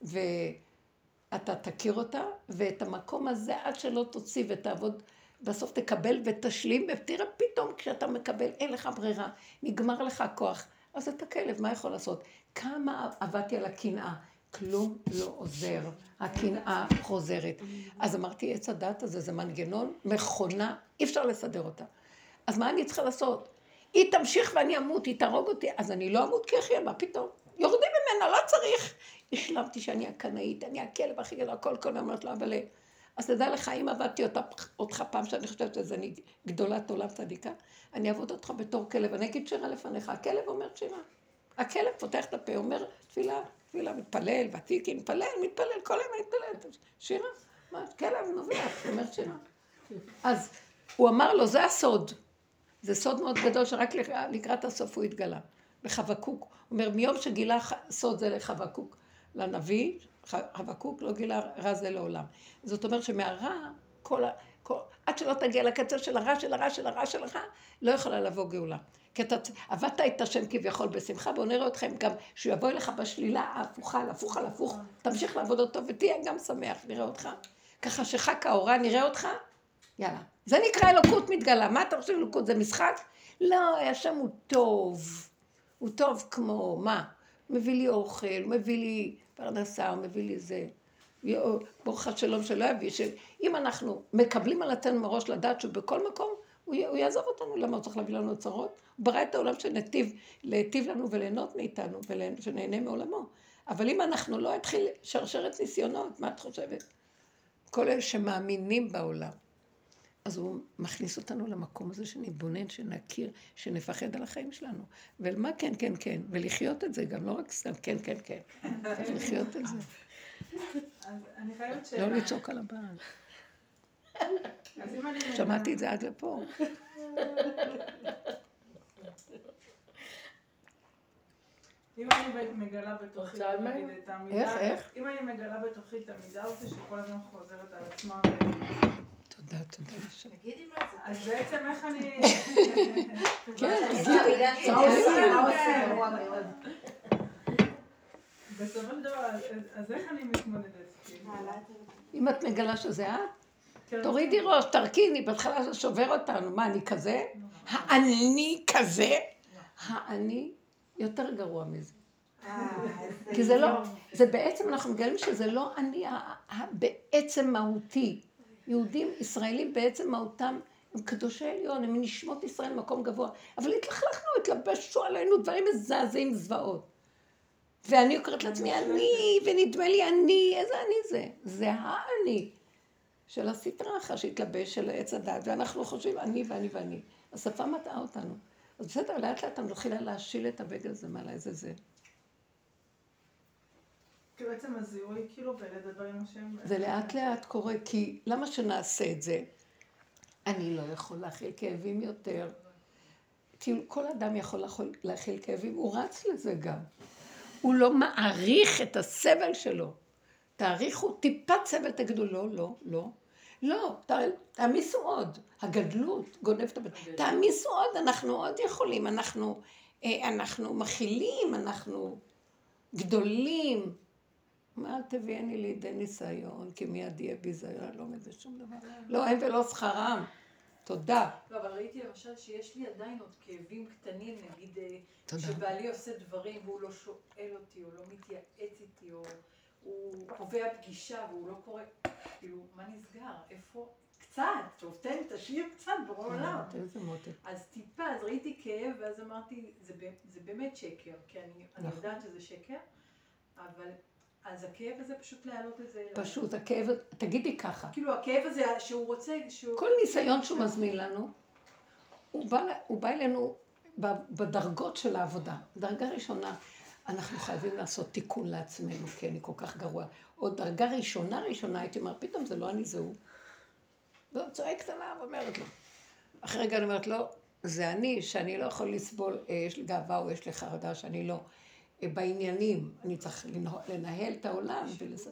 B: ואתה תכיר אותה, ואת המקום הזה, עד שלא תוציא ותעבוד, בסוף תקבל ותשלים, ותראה פתאום כשאתה מקבל, אין לך ברירה, נגמר לך הכוח, אז אתה כלב, מה יכול לעשות? כמה עבדתי על הקנאה, כלום לא עוזר, הקנאה חוזרת. אז אמרתי, עץ הדת הזה, זה מנגנון, מכונה, אי אפשר לסדר אותה. אז מה אני צריכה לעשות? היא תמשיך ואני אמות, היא תרוג אותי, אז אני לא אמות כי אחיה, מה פתאום? יורדים ממנה, לא צריך. השלמתי שאני הקנאית, אני הכלב הכי גדול, הכל כל אמרת לו, אבל... אז תדע לך, אם עבדתי אותה, אותך פעם שאני חושבת שזה אני גדולת עולם צדיקה, אני אעבוד אותך בתור כלב, אני אגיד שירה לפניך, הכלב אומר שירה. הכלב פותח את הפה, אומר תפילה, תפילה, מתפלל, ותיקי, מתפלל, מתפלל, כל היום מתפלל, שירה, מה, כלב נובח, אומר שירה. אז הוא אמר לו, זה הסוד. זה סוד מאוד גדול שרק לקראת הסוף הוא התגלה. בחבקוק, הוא אומר, מיום שגילה סוד זה לחבקוק, לנביא, חבקוק לא גילה רע זה לעולם. זאת אומרת שמהרע, כל, כל, עד שלא תגיע לקצה של הרע, של הרע, של הרע, של הרע, לא יכולה לבוא גאולה. כי אתה עבדת את השם כביכול בשמחה, בואו נראה אתכם גם, שהוא יבוא אליך בשלילה, ההפוכה, להפוך על הפוך, תמשיך לעבוד אותו ותהיה גם שמח, נראה אותך. ככה שחק האורה, נראה אותך, יאללה. זה נקרא אלוקות מתגלה. מה אתה חושב אלוקות? זה משחק? לא, השם הוא טוב. הוא טוב כמו, מה? מביא לי אוכל, מביא לי פרנסה, הוא מביא לי זה. ברוך השלום שלא יביא, שאם אנחנו מקבלים על עצמנו מראש לדעת שבכל מקום, הוא, הוא יעזוב אותנו. למה הוא צריך להביא לנו צרות? הוא ברא את העולם שנטיב, להטיב לנו וליהנות מאיתנו, ושנהנה מעולמו. אבל אם אנחנו לא התחיל שרשרת ניסיונות, מה את חושבת? כל אלה שמאמינים בעולם. אז הוא מכניס אותנו למקום הזה שנתבונן, שנכיר, שנפחד על החיים שלנו. ולמה כן, כן, כן, ולחיות את זה, גם לא רק סתם, כן, כן, כן. לחיות את זה.
E: אז אני חייבת ש...
B: לא לצעוק על הבעל. שמעתי את זה עד לפה.
E: אם אני מגלה בתוכי, נגיד את המידה...
B: איך, איך?
E: אם אני מגלה בתוכי את המידה הזאת שכל הזמן חוזרת על עצמה...
B: תודה, תודה.
D: תגידי מה זה.
E: אז בעצם איך אני...
B: כן,
E: בסופו של דבר, אז איך אני מתמודדת?
B: אם את מגלה שזה את, תורידי ראש, תרכיני, בהתחלה זה שובר אותנו. מה, אני כזה? האני כזה? האני יותר גרוע מזה. כי זה לא, זה בעצם, אנחנו מגלים שזה לא אני בעצם מהותי. יהודים, ישראלים בעצם מהותם, הם קדושי עליון, הם נשמות ישראל מקום גבוה. אבל התלכלכנו, התלבשו עלינו דברים מזעזעים, זוועות. ואני קוראת לעצמי אני, ונדמה לי אני, איזה אני זה? זה האני של הסטרה אחת שהתלבש של עץ הדת, ואנחנו חושבים אני ואני ואני. השפה מטעה אותנו. אז בסדר, לאט לאט אני מתחילה להשיל את הבגד הזה מעלה, איזה זה.
E: כי בעצם הזיהוי כאילו ולדבר עם השם.
B: זה לאט לאט קורה, כי למה שנעשה את זה? אני לא יכול להכיל כאבים יותר. כאילו כל אדם יכול להכיל כאבים, הוא רץ לזה גם. הוא לא מעריך את הסבל שלו. תעריכו טיפת סבל, תגידו לא, לא, לא. לא, תעמיסו עוד. הגדלות גונבת הבן. תעמיסו עוד, אנחנו עוד יכולים, אנחנו, אנחנו מכילים, אנחנו... גדולים. מה אל תביאני לידי ניסיון, כי מיד יהיה ביזיון, אני לא מזה שום דבר. לא הם ולא שכרם. תודה.
E: לא, אבל ראיתי למשל שיש לי עדיין עוד כאבים קטנים, נגיד,
B: תודה.
E: שבעלי עושה דברים והוא לא שואל אותי, או לא מתייעץ איתי, או הוא קובע פגישה והוא לא קורא, כאילו, מה נסגר? איפה? קצת, טוב, תן, תשאיר קצת בעולם.
B: איזה מותק.
E: אז טיפה, אז ראיתי כאב, ואז אמרתי, זה, זה באמת שקר, כי אני, אני יודעת שזה שקר, אבל אז הכאב הזה פשוט להעלות את זה.
B: פשוט, הכאב, תגידי ככה.
E: כאילו, הכאב הזה שהוא רוצה, שהוא...
B: כל ניסיון שהוא מזמין לנו, הוא בא, הוא בא אלינו בדרגות של העבודה. דרגה ראשונה, אנחנו חייבים לעשות תיקון לעצמנו, כי אני כל כך גרוע. או דרגה ראשונה ראשונה, הייתי אומר, פתאום זה לא אני, זה הוא. צועקת עליו, אומרת לו. אחרי רגע אני אומרת לו, זה אני, שאני לא יכול לסבול, יש לי גאווה או יש לי חרדה שאני לא בעניינים, אני צריך לנהל את העולם,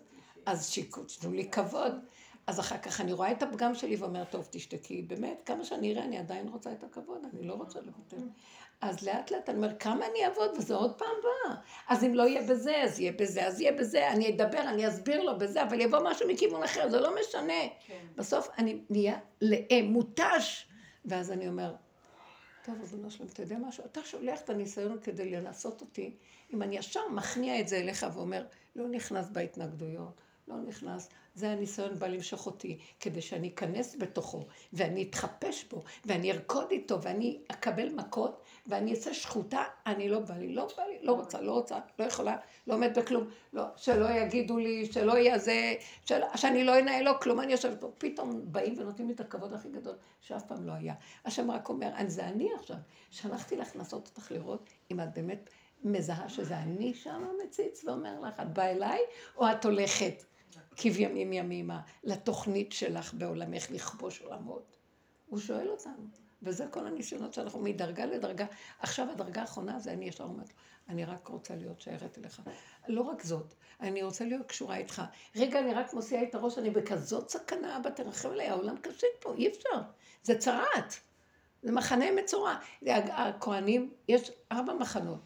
B: אז שיקוצנו לי כבוד. אז אחר כך אני רואה את הפגם שלי ואומרת, טוב, תשתקי, באמת, כמה שאני אראה, אני עדיין רוצה את הכבוד, אני לא רוצה לוותר. אז לאט לאט אני אומר, כמה אני אעבוד, וזה עוד פעם בא. אז אם לא יהיה בזה, אז יהיה בזה, אז יהיה בזה, אני אדבר, אני אסביר לו בזה, אבל יבוא משהו מכיוון אחר, זה לא משנה. כן. בסוף אני נהיה מותש, ואז אני אומר, טוב, אדוני שלום, אתה יודע משהו? אתה שולח את הניסיון כדי לנסות אותי, אם אני ישר מכניע את זה אליך ואומר, לא נכנס בהתנגדויות, לא נכנס, זה הניסיון בא למשוך אותי, כדי שאני אכנס בתוכו, ואני אתחפש בו, ואני ארקוד איתו, ואני אקבל מכות, ואני אצא שחוטה, אני לא בא לי, לא בא לי, לא רוצה, לא רוצה, לא יכולה, לא עומד בכלום, לא, שלא יגידו לי, שלא יהיה זה, של, שאני לא אנהל לו כלום, אני יושבת פה, פתאום באים ונותנים לי את הכבוד הכי גדול, שאף פעם לא היה. השם רק אומר, זה אני עכשיו, שלחתי לך לנסות אותך לראות, אם את באמת מזהה שזה אני שם מציץ, ואומר לך, את באה אליי, או את הולכת? כבימים ימימה, לתוכנית שלך בעולמך לכבוש עולמות. הוא שואל אותנו, וזה כל הניסיונות שאנחנו מדרגה לדרגה. עכשיו הדרגה האחרונה זה אני ישר אומרת לו, אני רק רוצה להיות שיירת אליך. לא רק זאת, אני רוצה להיות קשורה איתך. רגע, אני רק מוציאה את הראש, אני בכזאת סכנה, אבא תרחם עליי, העולם קשה פה, אי אפשר. זה צרת, זה מחנה מצורע. הכהנים, יש ארבע מחנות.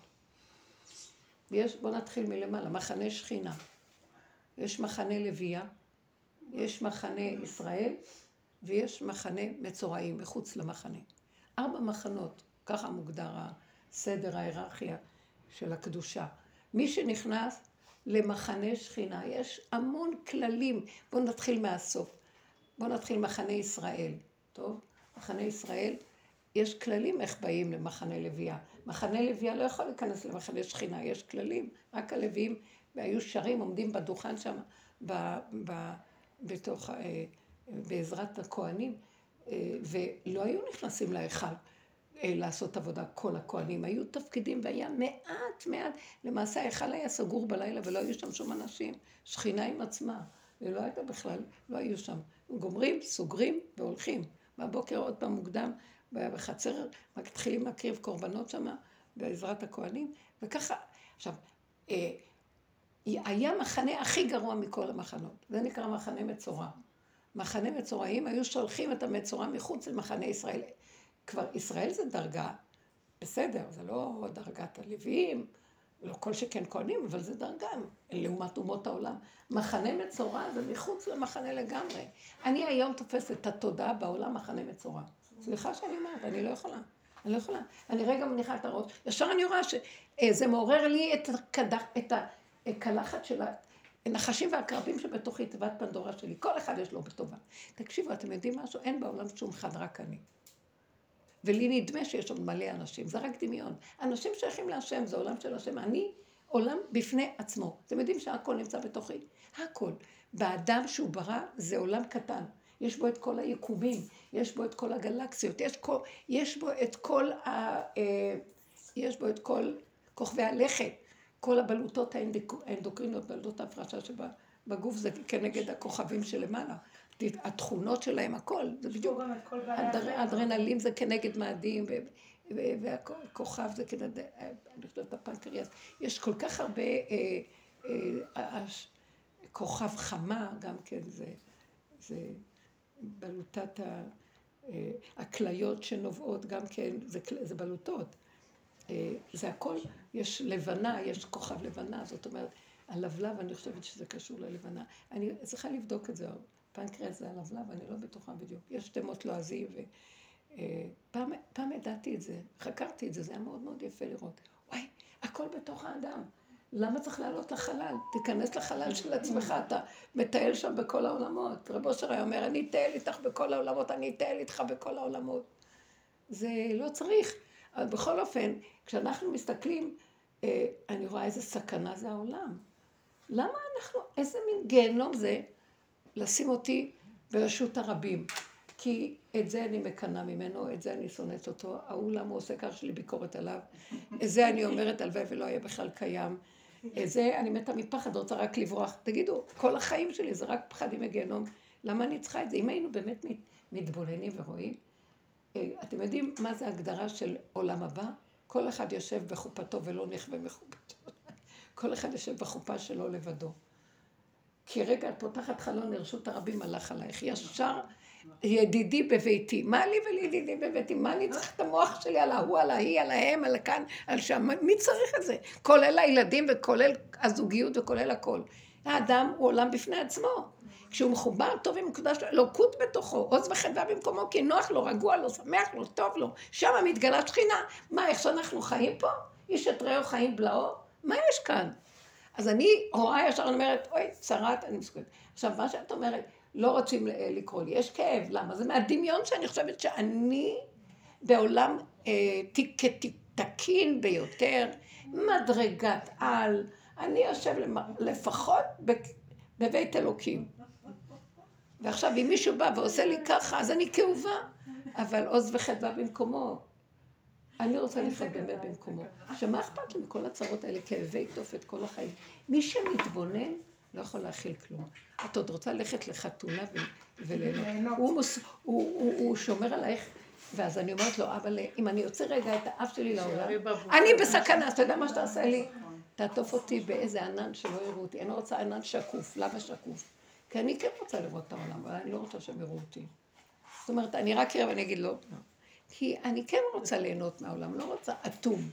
B: יש, בוא נתחיל מלמעלה, מחנה שכינה. יש מחנה לוויה, יש מחנה ישראל, ויש מחנה מצורעים מחוץ למחנה. ארבע מחנות, ככה מוגדר הסדר, ההיררכיה של הקדושה. מי שנכנס למחנה שכינה, יש המון כללים. בואו נתחיל מהסוף. בואו נתחיל מחנה ישראל. טוב? מחנה ישראל, יש כללים איך באים למחנה לוויה. מחנה לוויה לא יכול להיכנס למחנה שכינה, יש כללים. רק הלוויים, והיו שרים עומדים בדוכן שם, ב, ב, בתוך, בעזרת הכהנים, ולא היו נכנסים להיכל לעשות עבודה כל הכהנים, היו תפקידים והיה מעט מעט, למעשה ההיכל היה סגור בלילה ולא היו שם שום אנשים, שכינה עם עצמה, ולא הייתה בכלל, לא היו שם, גומרים, סוגרים והולכים, בבוקר עוד פעם מוקדם, בחצר, מתחילים להקריב קורבנות שם, בעזרת הכהנים, וככה, עכשיו, היה מחנה הכי גרוע מכל המחנות, זה נקרא מחנה מצורע. מחנה מצורעים היו שולחים את המצורע מחוץ למחנה ישראל. כבר ישראל זה דרגה, בסדר, זה לא דרגת הלוויים, לא כל שכן כהנים, אבל זה דרגה, לעומת אומות העולם. מחנה מצורע זה מחוץ למחנה לגמרי. אני היום תופסת את התודעה בעולם מחנה מצורע. סליחה שאני אומרת, אני לא יכולה. אני לא יכולה. אני רגע מניחה את הראש. ישר אני רואה שזה מעורר לי את הקדח, את הקלחת של הנחשים והקרבים שבתוכי, תיבת פנדורה שלי. כל אחד יש לו בטובה. תקשיבו, אתם יודעים משהו? אין בעולם שום אחד, רק אני. ולי נדמה שיש עוד מלא אנשים. זה רק דמיון. אנשים שייכים להשם, זה עולם של השם. אני עולם בפני עצמו. אתם יודעים שהכל נמצא בתוכי? הכל. באדם שהוא ברא זה עולם קטן. יש בו את כל היקומים, יש בו את כל הגלקסיות, יש, כל, יש בו את כל ה... אה, יש בו את כל כוכבי הלכת, כל הבלוטות האנדוקרינות, בלוטות ההפרשה שבגוף זה כנגד הכוכבים שלמעלה. התכונות שלהם, הכל, זה בדיוק. האדרנלים זה כנגד מאדים, והכוכב זה כנגד, אני חושבת, הפנקריאס. יש כל כך הרבה כוכב חמה, גם כן, זה בלוטת הכליות שנובעות, גם כן, זה בלוטות. זה הכל, יש לבנה, יש כוכב לבנה, זאת אומרת, הלבלב, אני חושבת שזה קשור ללבנה. אני צריכה לבדוק את זה, פנקרס זה הלבלב, אני לא בטוחה בדיוק. יש שתמות לועזי, ופעם ידעתי את זה, חקרתי את זה, זה היה מאוד מאוד יפה לראות. וואי, הכל בתוך האדם. למה צריך לעלות לחלל? תיכנס לחלל של עצמך, אתה מטייל שם בכל העולמות. רב אושר היה אומר, אני אטייל איתך בכל העולמות, אני אטייל איתך בכל העולמות. זה לא צריך. אבל בכל אופן, כשאנחנו מסתכלים, אני רואה איזה סכנה זה העולם. למה אנחנו, איזה מין גיהנום זה לשים אותי ברשות הרבים? כי את זה אני מקנה ממנו, את זה אני שונאת אותו, ההוא למה הוא עושה כך שלי ביקורת עליו, את זה אני אומרת הלוואי ולא היה בכלל קיים, את זה אני מתה מפחד, רוצה רק לברוח. תגידו, כל החיים שלי זה רק פחדים מגיהנום, למה אני צריכה את זה? אם היינו באמת מתבוננים ורואים, אתם יודעים מה זה הגדרה של עולם הבא? כל אחד יושב בחופתו ולא נכווה מחופתו. כל אחד יושב בחופה שלו לבדו. כי רגע את פותחת חלון לרשות הרבים הלך עלייך, ישר ידידי בביתי. מה לי ולידידי בביתי? מה אני צריך את המוח שלי על ההוא, על ההיא, על ההם, על כאן, על שם? מי צריך את זה? כולל הילדים וכולל הזוגיות וכולל הכל. האדם הוא עולם בפני עצמו. כשהוא מחובר טוב עם מקודש, אלוקות בתוכו, עוז וחדווה במקומו, כי נוח לו, רגוע לו, שמח לו, טוב לו. שם מתגלה שכינה. מה, איך שאנחנו חיים פה? איש את רעהו חיים בלעו? מה יש כאן? אז אני רואה ישר, אני אומרת, אוי, צרת, אני מסכנת. עכשיו, מה שאת אומרת, לא רוצים לקרוא לי, יש כאב, למה? זה מהדמיון שאני חושבת שאני בעולם אה, תקין ביותר, מדרגת על, אני יושב לפחות בבית אלוקים. ועכשיו, אם מישהו בא ועושה לי ככה, אז אני כאובה, אבל עוז וחדווה במקומו. אני רוצה לחיות באמת במקומו. שמה אכפת לי מכל הצרות האלה, כאבי תופת כל החיים? מי שמתבונן לא יכול להכיל כלום. את עוד רוצה ללכת לחתונה וליהנות. הוא שומר עלייך, ואז אני אומרת לו, אבל אם אני יוצא רגע את האף שלי לעולם, אני בסכנה, אתה יודע מה שאתה עושה לי? תעטוף אותי באיזה ענן שלא יראו אותי. אני לא רוצה ענן שקוף. למה שקוף? כי אני כן רוצה לראות את העולם, אבל אני לא רוצה שהם יראו אותי. זאת אומרת, אני רק אראה ואני אגיד לא. כי אני כן רוצה ליהנות מהעולם, לא רוצה אטום.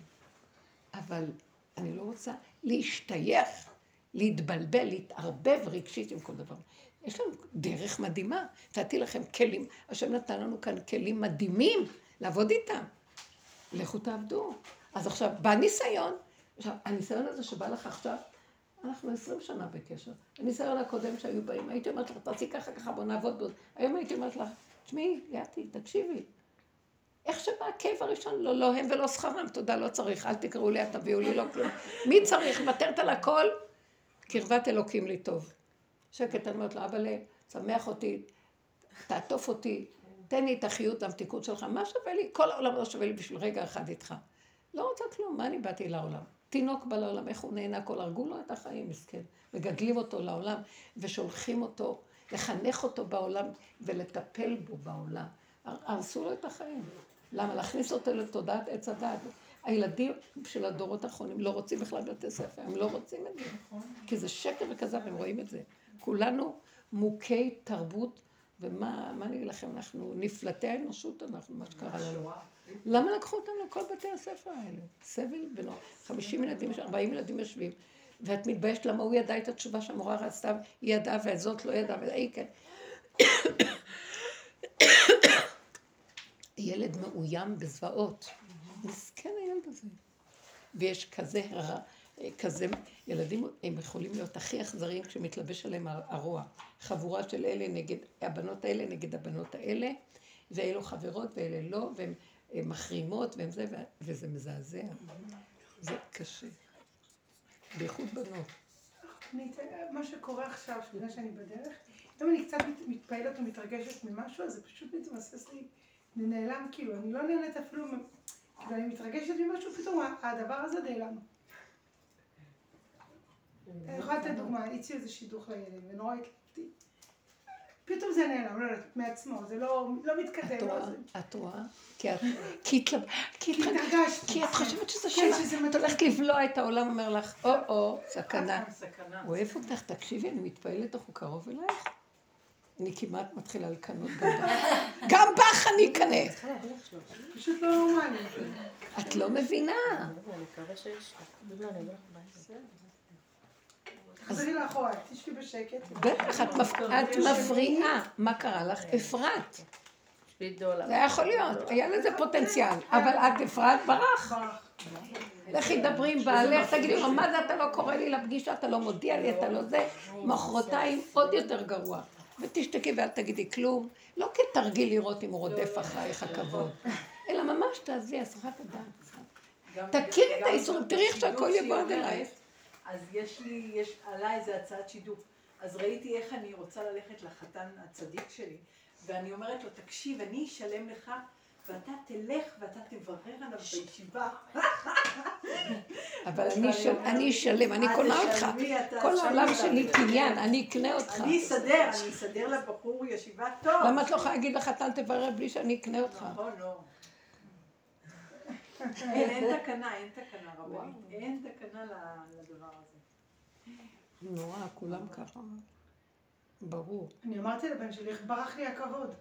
B: אבל אני לא רוצה להשתייך, להתבלבל, להתערבב רגשית עם כל דבר. יש לנו דרך מדהימה. נתתי לכם כלים, השם נתן לנו כאן כלים מדהימים לעבוד איתם. לכו תעבדו. אז עכשיו, בניסיון, עכשיו, הניסיון הזה שבא לך עכשיו, אנחנו עשרים שנה בקשר. הניסיון הקודם שהיו באים, הייתי אומרת לך, תעשי ככה ככה, בוא נעבוד בו. היום הייתי אומרת לך, תשמעי, ליאתי, תקשיבי. איך שבא הכאב הראשון, לא, לא הם ולא שכרם, תודה, לא צריך, אל תקראו לי, תביאו לי, לא כלום. מי צריך? מטרת על הכל? קרבת אלוקים לי טוב. שקט, אני אומרת לו, אבא, שמח אותי, תעטוף אותי, תן לי את החיות והמתיקות שלך, מה שווה לי? כל העולם לא שווה לי בשביל רגע אחד איתך. לא רוצה כלום, מה אני באתי לעולם? תינוק בא לעולם, איך הוא נהנה, כל הרגו לו את החיים, מסכן. מגדלים אותו לעולם ושולחים אותו, לחנך אותו בעולם ולטפל בו בעולם. הרסו לו את החיים. למה? להכניס אותו לתודעת עץ הדעת. הילדים של הדורות האחרונים לא רוצים בכלל בתי ספר, הם לא רוצים את זה. כי זה שקר וכזב, הם רואים את זה. כולנו מוכי תרבות, ומה אני אגיד לכם, אנחנו נפלטי האנושות, אנחנו, מה שקרה לנו. למה לקחו אותנו לכל בתי הספר האלה? סבל ולא. חמישים ילדים, ארבעים ילדים יושבים, ואת מתביישת למה הוא ידע את התשובה שהמורה רצתה, היא ידעה וזאת לא ידעה, והיא כן. ילד מאוים בזוועות. מסכן הילד הזה. ויש כזה הרע, כזה, ילדים הם יכולים להיות הכי אכזריים כשמתלבש עליהם הרוע. חבורה של אלה נגד, הבנות האלה נגד הבנות האלה, ואלו חברות ואלה לא, והן מחרימות, והן זה, וזה מזעזע. זה קשה. בייחוד בנות.
A: מה שקורה עכשיו, שבגלל שאני בדרך, אם אני קצת מתפעלת ומתרגשת ממשהו, אז זה פשוט מתמסס לי, זה נעלם כאילו, אני לא נהנית אפילו, כאילו אני מתרגשת ממשהו, פתאום הדבר הזה נעלם. אני יכולה לתת דוגמה, הציעו איזה שידוך לילד, ונורא התלבטתי. פתאום זה נעלם, לא יודעת, מעצמו, זה לא מתקדם.
B: את רואה? כי
A: התרגשת.
B: כי את חושבת שזה שלך. את הולכת לבלוע את העולם, אומר לך, או-או, סכנה. הוא אוהב אותך, תקשיבי, אני מתפעלת, הוא קרוב אלייך. אני כמעט מתחילה לקנות גם בך. גם בך אני אקנה.
A: פשוט לא נורמלי.
B: את לא מבינה.
C: אני מקווה שיש. לא, אני אגיד לך בעיה.
A: תחזרי לאחורה, תשבי בשקט.
B: בטח, את מפ- את מפריעה. מה קרה לך? הפרעת.
C: שבי דולר.
B: זה היה יכול להיות, היה לזה פוטנציאל. אבל את הפרעת ברח.
A: ברח.
B: לכי דברי עם בעלך, תגידי לו, מה זה אתה לא קורא לי לפגישה, אתה לא מודיע לי, אתה לא זה. מחרתיים עוד יותר גרוע. ותשתקי ואל תגידי כלום. לא כתרגיל לראות אם הוא רודף אחרייך הכבוד. אלא ממש תעזבי, הסחת הדעת. תכירי את האיסורים, תראי איך שהכל יבוא עד אלייך.
E: אז יש לי, יש עליי איזה הצעת שידוך. אז ראיתי איך אני רוצה ללכת לחתן הצדיק שלי, ואני אומרת לו, תקשיב, אני אשלם לך, ואתה תלך ואתה תברר עליו בישיבה.
B: אבל אני אשלם, אני קונה אותך. כל העולם שלי קניין, אני אקנה אותך.
E: אני אסדר, אני אסדר לבחור ישיבה טוב.
B: למה את לא יכולה להגיד לחתן תברר בלי שאני אקנה אותך?
E: נכון, לא. אין תקנה, אין תקנה רבנית. אין תקנה לדבר הזה.
B: נורא, כולם ככה. ברור.
A: אני אמרתי לבן שלי, איך ברח לי הכבוד.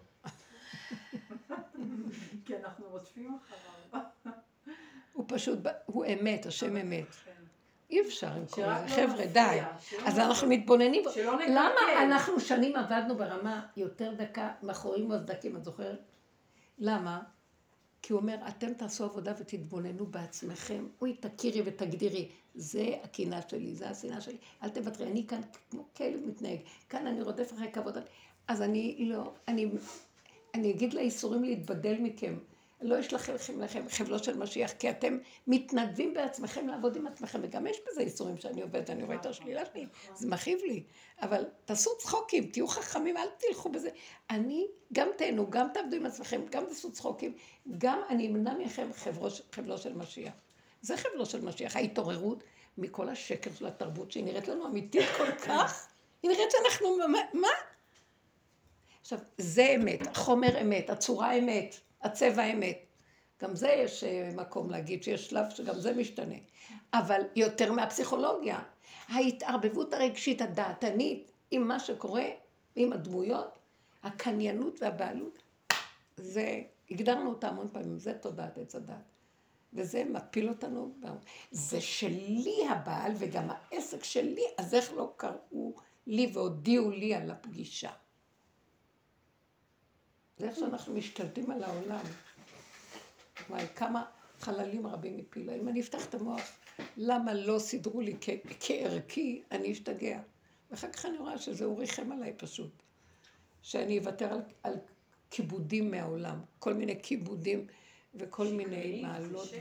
E: כי אנחנו רודפים אחריו.
B: הוא פשוט, הוא אמת, השם אמת. אי אפשר עם כל זה,
E: שרק לא
B: חבר'ה,
E: נפריע,
B: די.
E: שלא
B: אז
E: נפריע.
B: אנחנו מתבוננים.
E: שלא נקלקל.
B: למה אנחנו שנים עבדנו ברמה יותר דקה, מאחורים מזדקים, את זוכרת? למה? כי הוא אומר, אתם תעשו עבודה ותתבוננו בעצמכם. אוי, תכירי ותגדירי. זה הקנאה שלי, זה השנאה שלי. אל תוותרי, אני כאן כמו כלב מתנהג. כאן אני רודף אחרי כבוד. אז אני לא, אני, אני אגיד לאיסורים להתבדל מכם. לא אשלח לכם לכם חבלו של משיח, כי אתם מתנדבים בעצמכם לעבוד עם עצמכם, וגם יש בזה איסורים שאני עובדת, אני רואה את השלילה שלי, זה מכאיב לי. אבל תעשו צחוקים, תהיו חכמים, אל תלכו בזה. אני, גם תהנו, גם תעבדו עם עצמכם, גם תעשו צחוקים, גם אני אמנע מכם חבלו של משיח. זה חבלו של משיח, ההתעוררות מכל השקר של התרבות, שהיא נראית לנו אמיתית כל כך, היא נראית שאנחנו, מה? עכשיו, זה אמת, החומר אמת, הצורה אמת. הצבע אמת. גם זה יש מקום להגיד שיש שלב שגם זה משתנה. אבל יותר מהפסיכולוגיה, ההתערבבות הרגשית הדעתנית עם מה שקורה, עם הדמויות, הקניינות והבעלות, זה, הגדרנו אותה המון פעמים, זה תודעת עץ הדת. וזה מפיל אותנו. זה שלי הבעל וגם העסק שלי, אז איך לא קראו לי והודיעו לי על הפגישה. זה איך שאנחנו משתלטים על העולם. וואי, כמה חללים רבים מפילה. אם אני אפתח את המוח, למה לא סידרו לי כ- כערכי, אני אשתגע. ואחר כך אני רואה שזה הוא ריחם עליי פשוט. שאני אוותר על, על כיבודים מהעולם. כל מיני כיבודים וכל מיני מעלות.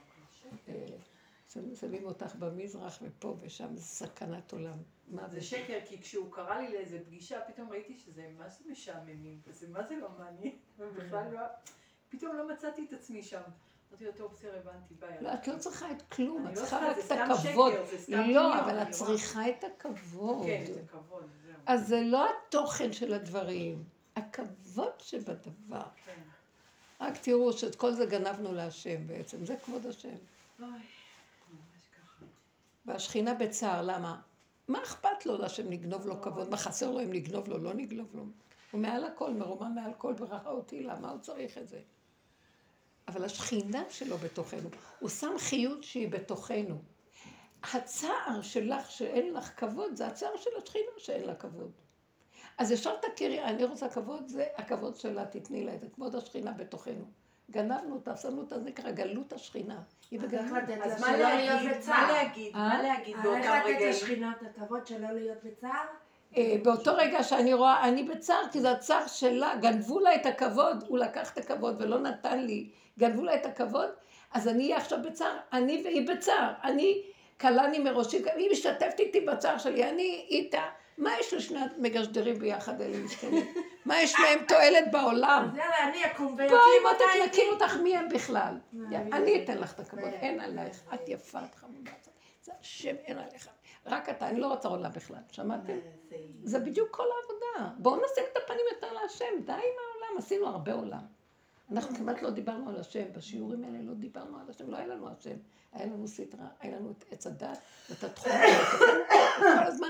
B: ושמים אותך במזרח ופה ושם, זה סכנת עולם.
E: זה שקר, כי כשהוא קרא לי לאיזה פגישה, פתאום ראיתי שזה מה זה משעממים, וזה מה זה לא מעניין, ובכלל לא, פתאום לא מצאתי את עצמי שם. אמרתי לו, טוב, בסדר, הבנתי, ביי.
B: לא, את לא צריכה את כלום, את
E: לא
B: צריכה
E: צריכה,
B: רק
E: זה
B: את
E: סתם
B: הכבוד.
E: שקר, זה סתם
B: לא,
E: דמיון,
B: אבל
E: אני
B: את
E: רואה.
B: צריכה את הכבוד.
E: כן, זה כבוד, זהו.
B: אז זה לא התוכן של הדברים, הכבוד שבדבר.
E: כן.
B: רק תראו שאת כל זה גנבנו להשם בעצם, זה כבוד השם.
E: אוי, ממש ככה.
B: והשכינה בצער, למה? מה אכפת לו להשם נגנוב לו כבוד? מה חסר לו אם נגנוב לו? לא נגנוב לו. הוא מעל הכל, מרומם מעל כל ברכה אותי, למה הוא צריך את זה? אבל השכינה שלו בתוכנו, הוא שם חיות שהיא בתוכנו. הצער שלך שאין לך כבוד, זה הצער של השכינה שאין לה כבוד. אז ישר תכירי, אני רוצה כבוד, זה הכבוד שלה, תתני לה את זה, כבוד השכינה בתוכנו. גנבנו אותה, שמנו אותה, זה נקרא גלות השכינה. היא בגלות.
E: אז מה להגיד, מה להגיד, מה להגיד באותם
D: איך לתת
E: רגעים?
D: לשכינה את הכבוד שלא להיות בצער?
B: באותו רגע שאני רואה, אני בצער, כי זה הצער שלה, גנבו לה את הכבוד, הוא לקח את הכבוד ולא נתן לי, גנבו לה את הכבוד, אז אני אהיה עכשיו בצער, אני והיא בצער, אני קלני מראשי, היא משתתפת איתי בצער שלי, אני איתה, מה יש לשני מגשדרים ביחד אלה משתנים? מה יש להם תועלת בעולם?
D: אז יאללה, אני אקום ויקים
B: בואי
D: אותה
B: מותק,
D: איתי.
B: נקים אותך מי הם בכלל. אני אתן לך את הכבוד, אין עלייך, את יפה, את חמודה. זה השם, אין עליך. רק אתה, אני לא רוצה עולה בכלל, שמעתם? זה בדיוק כל העבודה. בואו נשים את הפנים יותר להשם, די עם העולם, עשינו הרבה עולם. אנחנו כמעט לא דיברנו על השם, בשיעורים האלה לא דיברנו על השם, לא היה לנו השם. היה לנו סדרה, היה לנו את עץ הדת, ואת התחום, כל הזמן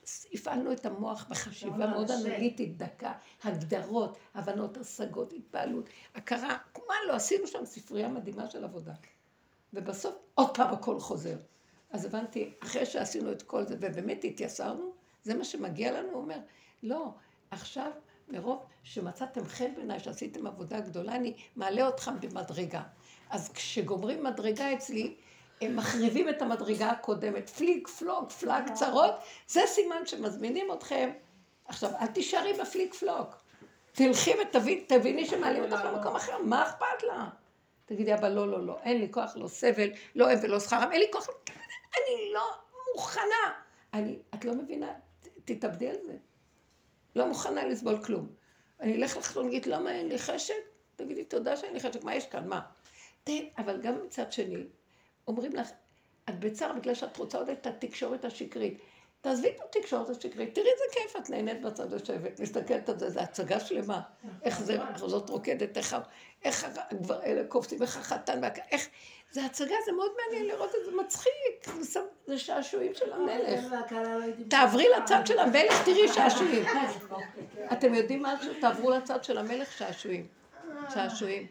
B: הפעלנו את המוח בחשיבה מאוד אנליטית, דקה, הגדרות, הבנות, השגות, התפעלות, הכרה, מה לא, עשינו שם ספרייה מדהימה של עבודה. ובסוף עוד פעם הכל חוזר. אז הבנתי, אחרי שעשינו את כל זה, ובאמת התייסרנו, זה מה שמגיע לנו, הוא אומר, לא, עכשיו, מרוב שמצאתם חן בעיניי, שעשיתם עבודה גדולה, אני מעלה אתכם במדרגה. אז כשגומרים מדרגה אצלי, הם מחריבים את המדרגה הקודמת, פליק, פלוק, פלק, צרות, זה סימן שמזמינים אתכם. עכשיו, אל תישארי בפליק פלוק. תלכי ותביני שמעלים אותך למקום אחר, מה אכפת לה? תגידי, אבל לא, לא, לא, אין לי כוח, לא סבל, לא הם ולא שכרם, אין לי כוח, אני לא מוכנה. אני, את לא מבינה, תתאבדי על זה. לא מוכנה לסבול כלום. אני אלך לחלום, נגיד, למה אין לי חשק? תגידי, תודה שאין לי חשק, מה יש כאן, מה? תן, אבל גם מצד שני, אומרים לך, את בצער בגלל שאת רוצה עוד את התקשורת השקרית. תעזבי את התקשורת השקרית, תראי איזה כיף, את נהנית בצד השבת, מסתכלת על זה, זה הצגה שלמה. איך זה, איך זאת רוקדת, איך, איך כבר אלה קופצים, איך החתן, איך... זה הצגה, זה מאוד מעניין לראות את זה, מצחיק, זה, זה שעשועים של המלך. תעברי לצד של המלך, תראי שעשועים. אתם יודעים משהו? תעברו לצד של המלך, שעשועים. שעשועים.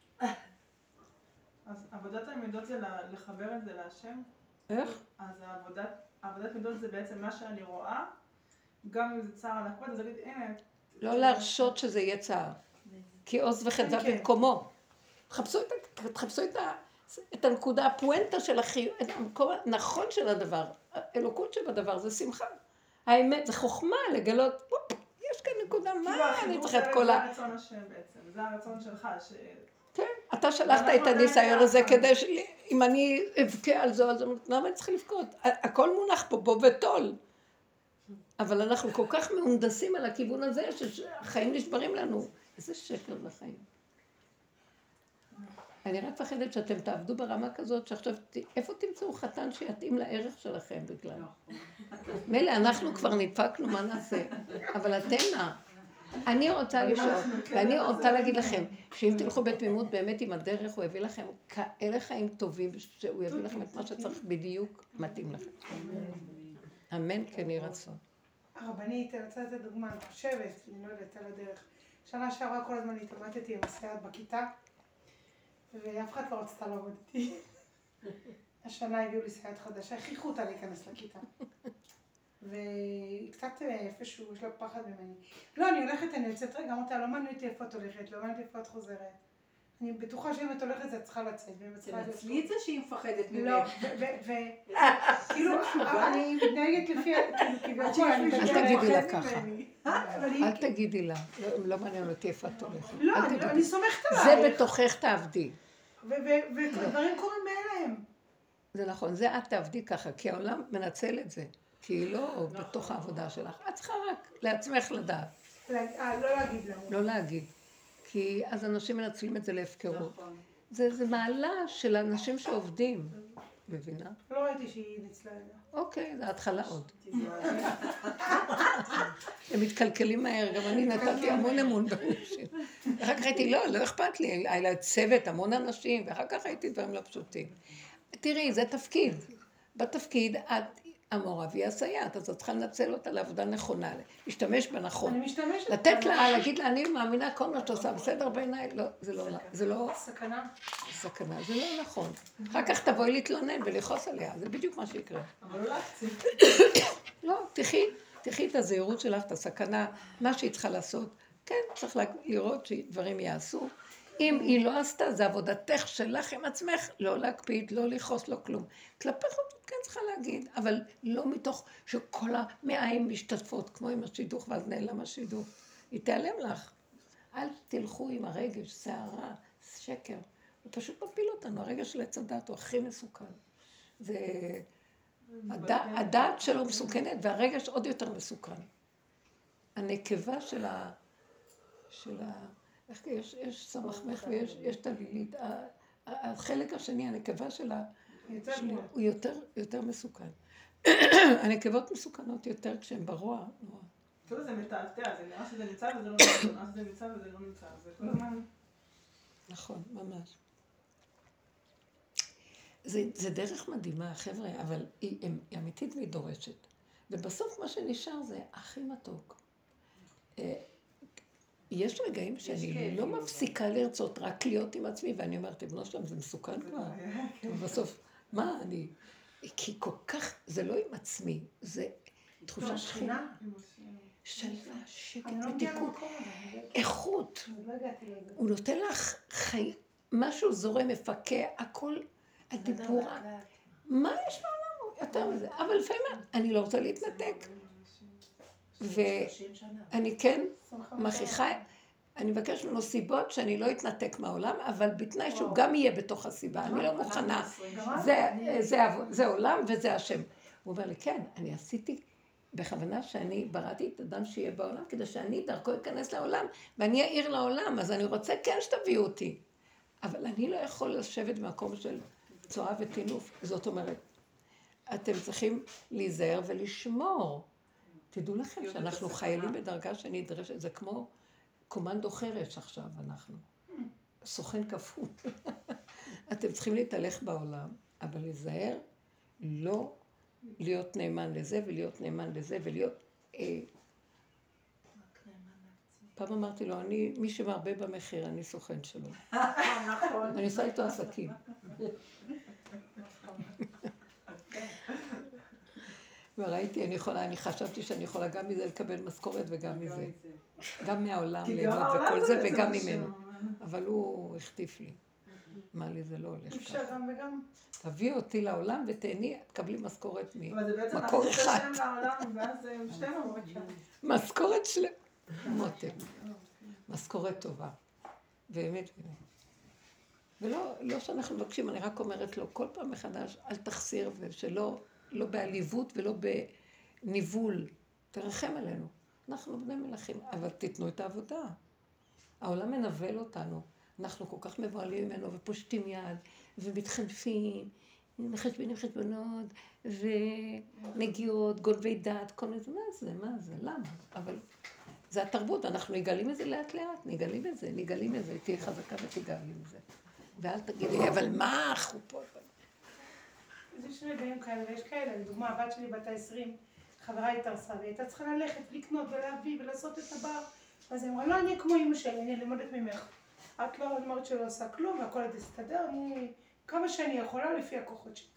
F: אז עבודת המידות זה לחבר את זה להשם?
B: איך?
F: אז העבודת, עבודת מידות זה בעצם מה שאני רואה, גם אם זה צער על הקוד, אז אגיד, הנה... לא
B: להרשות שזה יהיה צער. כי עוז וחדווה במקומו. תחפשו את ה... את הנקודה, הפואנטה של החיוב, את המקום הנכון של הדבר, האלוקות שבדבר זה שמחה. האמת, זה חוכמה לגלות, יש כאן נקודה, מה אני צריכה את כל ה...
F: זה הרצון השם בעצם, זה הרצון שלך, ש...
B: כן, אתה שלחת את הניסיון הזה כדי ש... אם אני אבכה על זה, אז למה אני צריכה לבכות? הכל מונח פה, בו וטול. אבל אנחנו כל כך מהונדסים על הכיוון הזה, שהחיים נשברים לנו. איזה שקר לחיים. אני רק מפחדת שאתם תעבדו ברמה כזאת, שעכשיו, איפה תמצאו חתן שיתאים לערך שלכם בכלל? מילא, אנחנו כבר נדפקנו, מה נעשה? אבל אתם מה? אני רוצה לשאול, ואני רוצה להגיד לכם, שאם תלכו בתמימות באמת עם הדרך, הוא יביא לכם כאלה חיים טובים, שהוא יביא לכם את מה שצריך בדיוק מתאים לכם. אמן, כן יהי רצון.
A: הרבנית, אני רוצה לתת דוגמה, אני חושבת, אני לא יודעת על הדרך. שנה שעברה כל הזמן התעמתתי עם הסייעת בכיתה, ואף אחד לא רצתה לעבוד איתי. השנה הביאו לי סייעת חדשה, הכריחו אותה להיכנס לכיתה. והיא קצת איפשהו, יש לה פחד ממני. לא, אני הולכת, אני יוצאת רגע, אמרתי, לא מעניין אותי איפה את הולכת, לא מעניין אותי איפה את חוזרת. אני בטוחה שאם את הולכת, את צריכה לצאת.
E: תנצלי את זה שהיא מפחדת ממך.
A: לא, וכאילו, אני מתנהגת לפי, כביכול, אני
B: אל תגידי לה ככה. אל תגידי לה. לא מעניין אותי איפה את הולכת.
A: לא, אני סומכת עליי.
B: זה בתוכך תעבדי.
A: ודברים קורים מאליהם.
B: זה נכון, זה את תעבדי ככה, כי העולם מנצל את זה. כי היא לא בתוך העבודה שלך. את צריכה רק לעצמך לדעת.
A: אה, לא להגיד לנו.
B: לא להגיד. כי אז אנשים מנצלים את זה להפקרות. זה מעלה של אנשים שעובדים. מבינה?
A: לא ראיתי שהיא ניצלה את זה.
B: אוקיי, זה התחלה עוד. הם מתקלקלים מהר, גם אני נתתי המון אמון באנשים. אחר כך הייתי, לא, לא אכפת לי, היה לה צוות, המון אנשים, ואחר כך הייתי דברים לא פשוטים. תראי, זה תפקיד. בתפקיד את המורה והיא הסייעת, אז את צריכה לנצל אותה לעבודה נכונה, להשתמש בנכון.
A: אני משתמשת.
B: לתת לה, להגיד לה, אני מאמינה כל מה שאת עושה, בסדר בעיניי? לא, זה לא, זה לא...
A: סכנה.
B: סכנה, זה לא נכון. אחר כך תבואי להתלונן ולחוס עליה, זה בדיוק מה שיקרה.
F: אבל לא להקציב.
B: לא, תחי, תחי את הזהירות שלך, את הסכנה, מה שהיא צריכה לעשות. כן, צריך לראות שדברים יעשו. אם היא לא עשתה, זה עבודתך שלך עם עצמך, לא להקפיד, לא לכעוס, לא כלום. כלפי חוץ כן צריכה להגיד, אבל לא מתוך שכל המעיים משתתפות, כמו עם השידוך, ואז נעלם השידוך. היא תיעלם לך. אל תלכו עם הרגש, שערה, שקר. הוא פשוט מפיל אותנו, הרגש של עץ הדת הוא הכי מסוכן. זה... הדעת שלו מסוכנת, והרגש עוד יותר מסוכן. הנקבה של ה... של ה... איך יש, יש סמכמך ויש יש תלילית. החלק השני, הנקבה שלה, הוא יותר, יותר מסוכן. הנקבות מסוכנות יותר כשהן ברוע.
F: כאילו זה מתעתע, זה נראה שזה נמצא וזה לא נמצא, נראה שזה נמצא וזה לא נמצא. זה כל הזמן...
B: נכון, ממש. זה, זה דרך מדהימה, חבר'ה, אבל היא, היא אמיתית והיא דורשת. ובסוף מה שנשאר זה הכי מתוק. יש רגעים שאני לא מפסיקה לרצות רק להיות עם עצמי, ואני אומרת, בנו שלם, זה מסוכן כבר. ובסוף, מה אני... כי כל כך, זה לא עם עצמי, זה תחושה שכינה. שלווה, שקט, מתיקות, איכות. הוא נותן לך חיים, משהו זורם, מפקע, הכל, הדיבור. מה יש בעולם? יותר מזה. אבל לפעמים אני לא רוצה להתנתק. ואני כן מכריחה, אני מבקש ממנו סיבות שאני לא אתנתק מהעולם, אבל בתנאי שהוא גם יהיה בתוך הסיבה. אני לא מוכנה. זה עולם וזה השם. הוא אומר לי, כן, אני עשיתי בכוונה שאני בראתי את אדם שיהיה בעולם, כדי שאני דרכו אכנס לעולם, ואני אעיר לעולם, אז אני רוצה כן שתביאו אותי. אבל אני לא יכול לשבת במקום של צועה וטינוף. זאת אומרת, אתם צריכים להיזהר ולשמור. תדעו לכם שאנחנו חיילים בדרגה שנדרשת, זה כמו קומנדו חרש עכשיו אנחנו. סוכן כפול. אתם צריכים להתהלך בעולם, אבל להיזהר, לא להיות נאמן לזה ולהיות נאמן לזה ולהיות... אה, פעם אמרתי לו, אני, מי שמרבה במחיר, אני סוכן שלו.
F: נכון.
B: אני עושה איתו עסקים. וראיתי, אני יכולה, אני חשבתי שאני יכולה גם מזה לקבל משכורת וגם מזה. גם מהעולם ליהנות וכל זה וגם ממנו. אבל הוא החטיף לי. מה לי זה לא הולך ככה.
A: אפשר גם וגם.
B: תביאו אותי לעולם ותהני, תקבלי משכורת ממקור אחד.
F: אבל זה בעצם להכניס את השם לעולם, ואז שתינו.
B: משכורת שלמה. מותק. משכורת טובה. באמת, באמת. ולא לא שאנחנו מבקשים, אני רק אומרת לו, כל פעם מחדש, אל תחסיר, ושלא לא בעליבות ולא בניבול. תרחם עלינו. אנחנו בני מלכים, אבל תיתנו את העבודה. העולם מנבל אותנו. אנחנו כל כך מבועלים ממנו ופושטים יד, ומתחנפים, מחשבים חשבונות, ונגיעות, גונבי דת, כל מיני, מה זה, מה זה, למה? אבל זה התרבות, אנחנו נגלים את זה לאט לאט, נגלים את זה, נגלים את זה, תהיה חזקה ותגלים את זה. ואל תגידי, אבל מה החופות?
A: יש רגעים כאלה ויש כאלה, לדוגמה, הבת שלי בת ה-עשרים, חברה התארסה, והיא הייתה צריכה ללכת, לקנות ולהביא ולעשות את הבר, אז היא אמרה, לא, אני כמו אמא שלי, אני למודת ממך. את לא אמרת שלא עושה כלום, והכל תסתדר, אני כמה שאני יכולה לפי הכוחות שלי.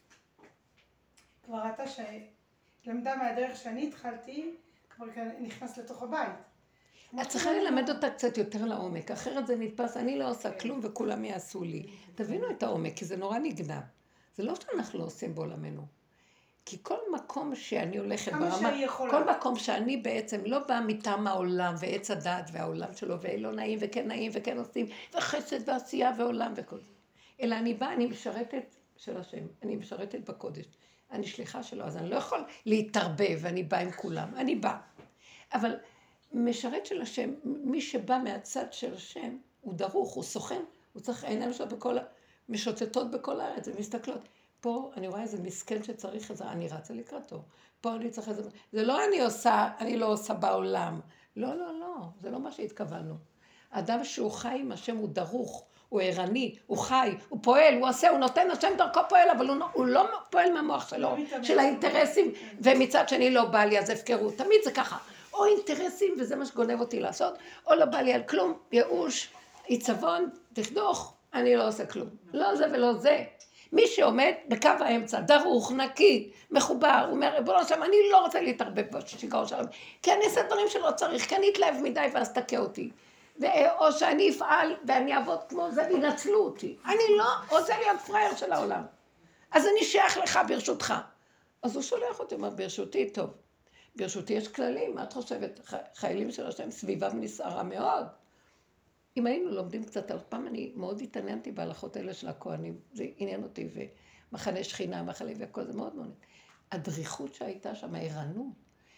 A: כבר ראתה שלמדה מהדרך שאני התחלתי, כבר נכנס לתוך הבית.
B: את צריכה ללמד אותה קצת יותר לעומק, אחרת זה נתפס, אני לא עושה כלום וכולם יעשו לי. תבינו את העומק, כי זה נורא נגנב. זה לא שאנחנו לא עושים בעולמנו. כי כל מקום שאני הולכת ברמה, כל מקום שאני בעצם לא באה מטעם העולם ועץ הדת והעולם שלו, ולא נעים וכן נעים וכן עושים, וחסד ועשייה ועולם וכל זה. אלא אני באה, אני משרתת של השם, אני משרתת בקודש, אני שליחה שלו, אז אני לא יכול להתערבב, ואני באה עם כולם, אני באה. אבל משרת של השם, מי שבא מהצד של השם, הוא דרוך, הוא סוכן, הוא צריך העיניים שלו בכל, משוטטות בכל הארץ, ומסתכלות. פה אני רואה איזה מסכן שצריך את זה, אני רצה לקראתו. פה אני צריך את זה, זה לא אני עושה, אני לא עושה בעולם. לא, לא, לא, זה לא מה שהתכוונו. אדם שהוא חי עם השם הוא דרוך, הוא ערני, הוא חי, הוא פועל, הוא עושה, הוא נותן, השם דרכו פועל, אבל הוא, הוא לא פועל מהמוח שלו, של האינטרסים, ומצד שני לא בא לי, אז הפקרו, תמיד זה ככה. או אינטרסים, וזה מה שגונב אותי לעשות, או לא בא לי על כלום, ייאוש, עיצבון, תכדוך, אני לא עושה כלום. לא זה ולא זה. מי שעומד בקו האמצע, דרוך, נקי, מחובר, הוא אומר, בוא נשם, אני לא רוצה להתערבב בשיגעון שלנו, כי אני אעשה דברים שלא צריך, כי אני אתלהב מדי ואז תקה אותי. או שאני אפעל ואני אעבוד כמו זה וינצלו אותי. אני לא רוצה להיות פרייר של העולם. אז אני שייך לך ברשותך. אז הוא שולח אותי, אומר, ברשותי טוב. ברשותי יש כללים, מה את חושבת? חיילים של השם סביבם נסערה מאוד. אם היינו לומדים קצת על פעם, אני מאוד התעניינתי בהלכות האלה של הכהנים, זה עניין אותי, ומחנה שכינה, מחנה וכל זה מאוד מאוד. הדריכות שהייתה שם, הערנות,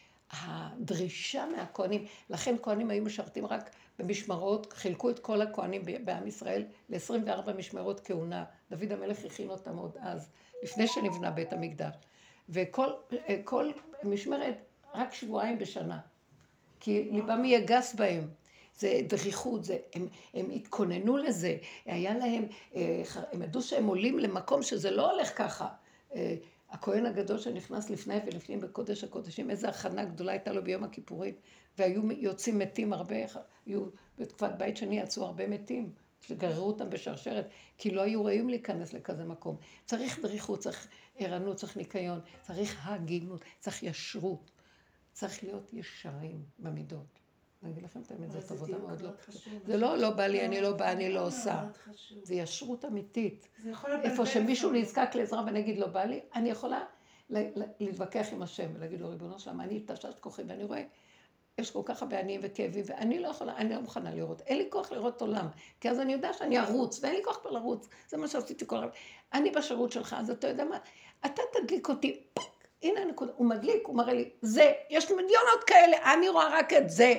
B: הדרישה מהכהנים, לכן כהנים היו משרתים רק במשמרות, חילקו את כל הכהנים בעם ישראל ל-עשרים וארבע משמרות כהונה, דוד המלך הכין אותם עוד אז, לפני שנבנה בית המקדש, וכל כל משמרת רק שבועיים בשנה, כי ליבם יהיה גס בהם. זה דריכות, זה, הם, הם התכוננו לזה, היה להם, הם ידעו שהם עולים למקום שזה לא הולך ככה. הכהן הגדול שנכנס לפני ולפנים בקודש הקודשים, איזו הכנה גדולה הייתה לו ביום הכיפורים, והיו יוצאים מתים הרבה, היו בתקופת בית שני יצאו הרבה מתים, שגררו אותם בשרשרת, כי לא היו רעים להיכנס לכזה מקום. צריך דריכות, צריך ערנות, צריך ניקיון, צריך הגינות, צריך ישרות, צריך להיות ישרים במידות. אני אגיד לכם את האמת, זאת עבודה מאוד לא פשוטה. זה לא, לא בא לי, אני לא בא, אני לא עושה. זה ישרות אמיתית. איפה שמישהו נזקק לעזרה ואני אגיד לא בא לי, אני יכולה להתווכח עם השם ולהגיד לו, ריבונו שלמה, אני תששת כוחי ואני רואה, יש כל כך הרבה עניים וכאבים, ואני לא יכולה, אני לא מוכנה לראות. אין לי כוח לראות עולם, כי אז אני יודע שאני ארוץ, ואין לי כוח כבר לרוץ. זה מה שעשיתי כל הרבה. אני בשירות שלך, אז אתה יודע מה, אתה תדליק אותי, פק, הנה הנקודה, הוא מדליק, הוא מראה לי, זה, יש מיליונות כאלה, אני רואה רק את זה.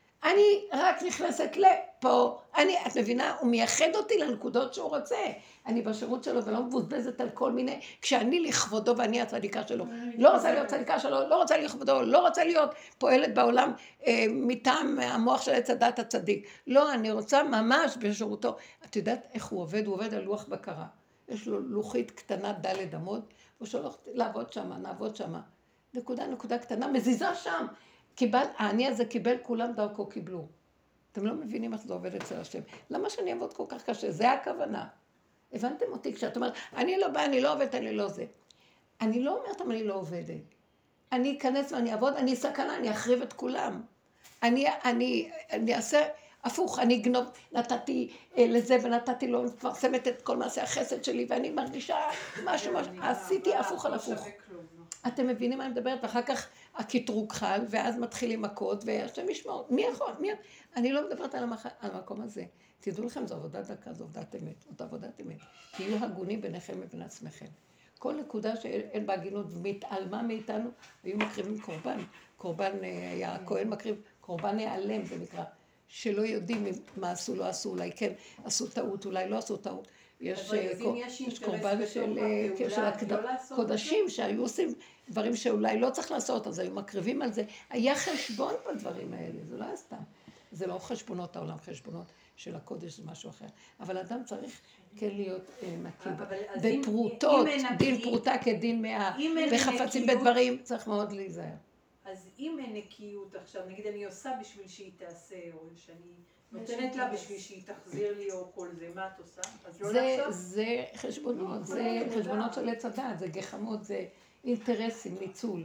B: אני רק נכנסת לפה, אני, את מבינה, הוא מייחד אותי לנקודות שהוא רוצה. אני בשירות שלו ולא מבוזבזת על כל מיני, כשאני לכבודו ואני הצדיקה שלו. לא רוצה להיות צדיקה שלו, לא רוצה לכבודו, לא רוצה להיות פועלת בעולם אה, מטעם המוח של עץ הדת הצדיק. לא, אני רוצה ממש בשירותו. את יודעת איך הוא עובד? הוא עובד על לוח בקרה. יש לו לוחית קטנה ד' אמות, הוא שולח לעבוד שמה, נעבוד שמה. נקודה, נקודה קטנה, מזיזה שם. קיבל, העני הזה קיבל, כולם דרכו קיבלו. אתם לא מבינים איך זה עובד אצל השם. למה שאני אעבוד כל כך קשה? זה הכוונה. הבנתם אותי? כשאת אומרת, אני לא באה, אני לא עובדת, אני לא זה. אני לא אומרת, אבל אני לא עובדת. אני אכנס ואני אעבוד, אני סכנה, אני אחריב את כולם. אני, אני, אני אעשה הפוך, אני אגנוב, נתתי לזה ונתתי לו, מפרסמת את כל מעשה החסד שלי, ואני מרגישה משהו, משהו, עשיתי הפוך על הפוך. אתם מבינים מה אני מדברת? ואחר כך הקטרוג חל, ואז מתחילים מכות, והשם ישמור. מי יכול? מי... אני לא מדברת על, המח... על המקום הזה. תדעו לכם, זו עבודת דקה, זו עבודת אמת. זאת עבודת אמת. תהיו הגונים ביניכם ובין עצמכם. כל נקודה שאין בה הגינות ומתעלמה מאיתנו, היו מקריבים קורבן. קורבן היה, הכהן מקריב, קורבן יעלם, זה נקרא. שלא יודעים מה עשו, לא עשו, אולי כן עשו טעות, אולי לא עשו טעות. יש, יש קורבן של, של הקודשים שהיו עושים דברים שאולי לא צריך לעשות, אז היו מקריבים על זה. היה חשבון בדברים האלה, זה לא היה סתם. זה לא חשבונות העולם, חשבונות של הקודש, זה משהו אחר. אבל אדם צריך כן להיות נקי. בפרוטות, דין פרוטה כדין מאה, וחפצים בדברים, צריך מאוד להיזהר.
E: אז אם אין נקיות עכשיו, נגיד אני עושה בשביל שהיא תעשה, או שאני נותנת לה בשביל שהיא תחזיר לי או כל זה, מה את עושה? אז לא לעשות?
B: זה חשבונות, זה חשבונות של עץ הדת, זה גחמות, זה אינטרסים, ניצול.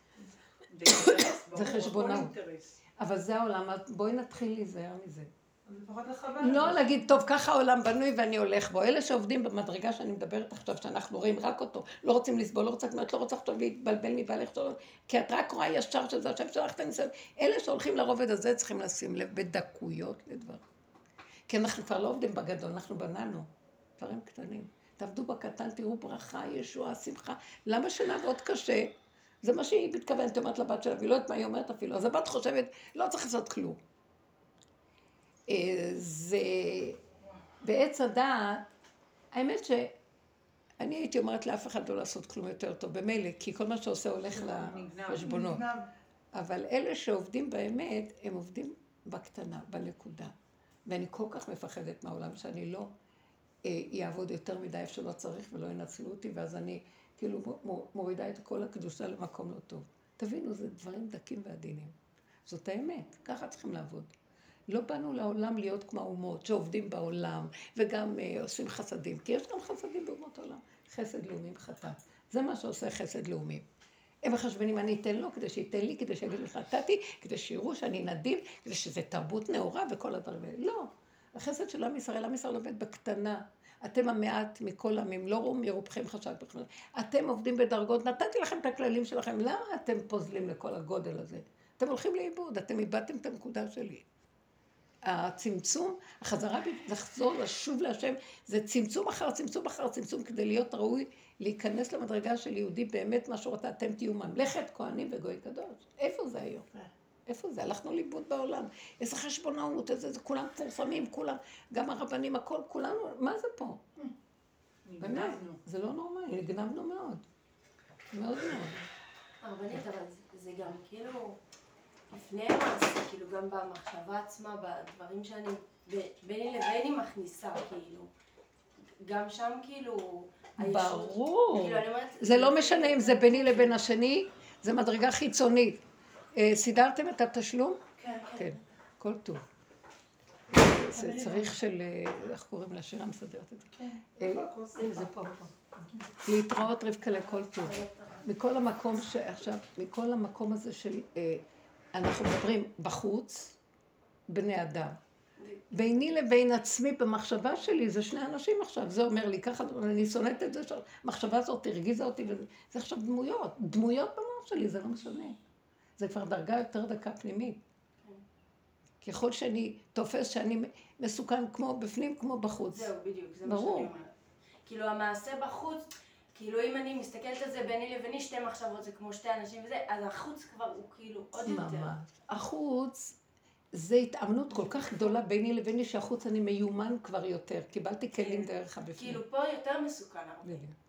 B: זה חשבונות. אבל זה העולם, בואי נתחיל להיזהר מזה. לא להגיד, טוב, ככה העולם בנוי ואני הולך בו. אלה שעובדים במדרגה שאני מדברת עכשיו, שאנחנו רואים רק אותו, לא רוצים לסבול, לא רוצה, את לא רוצה עכשיו להתבלבל מבעלך שלו, כי את רק רואה ישר שזה השם שלך את הניסיון. אלה שהולכים לרובד הזה צריכים לשים לב בדקויות לדבר. כי אנחנו כבר לא עובדים בגדול, אנחנו בננו. דברים קטנים. תעבדו בקטן, תראו ברכה, ישועה, שמחה. למה שנעבוד קשה? זה מה שהיא מתכוונת, אומרת לבת שלה, והיא לא יודעת מה היא אומרת אפילו. אז הבת חושבת, לא צריך לעשות כלום. זה בעץ הדעת, האמת שאני הייתי אומרת לאף אחד לא לעשות כלום יותר טוב, במילא, כי כל מה שעושה הולך לחשבונות. אבל אלה שעובדים באמת, הם עובדים בקטנה, בנקודה. ואני כל כך מפחדת מהעולם שאני לא אעבוד יותר מדי איפה שלא צריך ולא ינצלו אותי, ואז אני כאילו מורידה את כל הקדושה למקום לא טוב. תבינו, זה דברים דקים ועדינים. זאת האמת, ככה צריכים לעבוד. לא באנו לעולם להיות כמו האומות שעובדים בעולם וגם אה, עושים חסדים, כי יש גם חסדים באומות העולם. חסד לאומי וחטא. זה מה שעושה חסד לאומי. הם מחשבנים, אני אתן לו כדי שייתן לי, כדי שיגיד לי חטאתי, כדי שיראו שאני נדיב, כדי שזה תרבות נאורה וכל הדברים האלה. לא. החסד של עם ישראל, עם ישראל עובד בקטנה. אתם המעט מכל עמים, לא רום ירובכם חשק בכלל. אתם עובדים בדרגות, נתתי לכם את הכללים שלכם. למה אתם פוזלים לכל הגודל הזה? אתם הולכים לאיבוד, אתם איבדתם את הנקודה שלי. הצמצום, החזרה לחזור, לשוב להשם, זה צמצום אחר צמצום אחר צמצום, כדי להיות ראוי, להיכנס למדרגה של יהודי, באמת מה שרוצה, אתם תהיו ממלכת, כהנים וגוי קדוש. איפה זה היום? איפה זה? הלכנו לאיבוד בעולם. איזה חשבונאות, איזה, זה כולם פורסמים, כולם, גם הרבנים, הכל, כולנו, מה זה פה? באמת, זה לא נורמלי, נגנבנו מאוד. מאוד מאוד.
G: הרבנית, אבל זה גם כאילו... לפני מעשה, כאילו גם במחשבה עצמה, בדברים שאני ביני לביני מכניסה, כאילו. גם שם כאילו...
B: ברור.
G: כאילו, אני אומרת...
B: זה לא משנה אם זה ביני לבין השני, זה מדרגה חיצונית. סידרתם את התשלום?
G: כן,
B: כן. כל טוב. זה צריך של... איך קוראים לה? שירה מסדרת את זה.
A: כן.
B: זה פה. להתראות רבקה לכל טוב. מכל המקום שעכשיו, מכל המקום הזה של... אנחנו מדברים בחוץ, בני אדם. ביני לבין עצמי במחשבה שלי, זה שני אנשים עכשיו, זה אומר לי, ככה אני שונאת את זה, המחשבה הזאת הרגיזה אותי, וזה זה עכשיו דמויות, דמויות במוח שלי, זה לא משנה. זה כבר דרגה יותר דקה פנימית. ככל שאני תופס שאני מסוכן כמו בפנים, כמו בחוץ.
G: זהו, בדיוק, זה מה שאני אומרת. כאילו המעשה בחוץ, כאילו אם אני מסתכלת על זה ביני לביני, שתי מחשבות זה כמו שתי אנשים וזה, אז החוץ כבר הוא כאילו עוד יותר.
B: ממש. החוץ... זה התאמנות כל כך גדולה ביני לביני שהחוץ אני מיומן כבר יותר. קיבלתי כלים דרך הבפנים.
G: כאילו פה יותר מסוכן הרבה.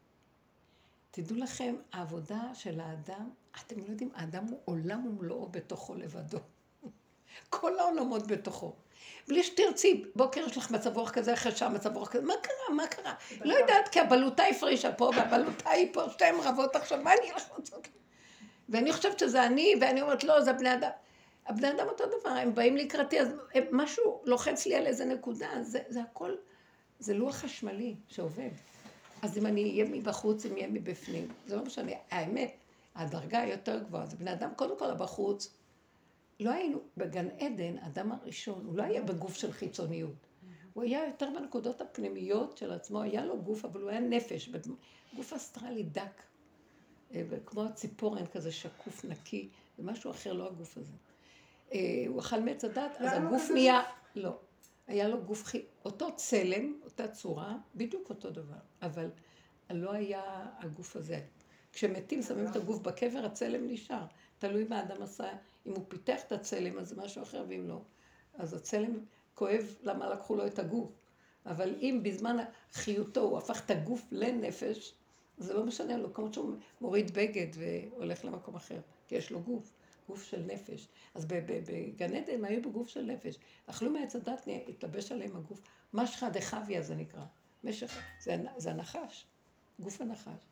B: תדעו לכם, העבודה של האדם, אתם לא יודעים, האדם הוא עולם ומלואו בתוכו לבדו. כל העולמות בתוכו. בלי שתרצי, בוקר יש לך מצב רוח כזה, אחרי שעה מצב רוח כזה, מה קרה, מה קרה? לא יודעת, כי הבלוטה הפרישה פה, והבלוטה היא פה, שתיים רבות עכשיו, מה אני הולכת לעשות? ואני חושבת שזה אני, ואני אומרת, לא, זה בני אדם. הבני אדם אותו דבר, הם באים לקראתי, אז הם, משהו לוחץ לי על איזה נקודה, זה, זה הכל, זה לוח חשמלי שעובד. אז אם אני אהיה מבחוץ, אם אהיה מבפנים, זה לא משנה. האמת, הדרגה היותר גבוהה, זה בני אדם, קודם כל הבחוץ, לא היינו, בגן עדן, האדם הראשון, הוא לא היה בגוף של חיצוניות. הוא היה יותר בנקודות הפנימיות של עצמו, היה לו גוף, אבל הוא היה נפש, גוף אסטרלי דק, כמו הציפורן כזה שקוף, נקי, זה משהו אחר, לא הגוף הזה. הוא אכל מעץ הדת, אז הגוף נהיה, לא, היה לו גוף, אותו צלם, אותה צורה, בדיוק אותו דבר, אבל לא היה הגוף הזה. כשמתים שמים את הגוף בקבר, הצלם נשאר, תלוי מה האדם עשה, אם הוא פיתח את הצלם, אז זה משהו אחר, ואם לא, אז הצלם כואב למה לקחו לו את הגוף, אבל אם בזמן חיותו הוא הפך את הגוף לנפש, זה לא משנה לו, כמו שהוא מוריד בגד והולך למקום אחר, כי יש לו גוף. גוף של נפש. אז בגן עדן הם היו בגוף של נפש. אכלו מעץ הדת, התלבש עליהם הגוף. משחא דחביא זה נקרא. משך, זה, זה הנחש. גוף הנחש.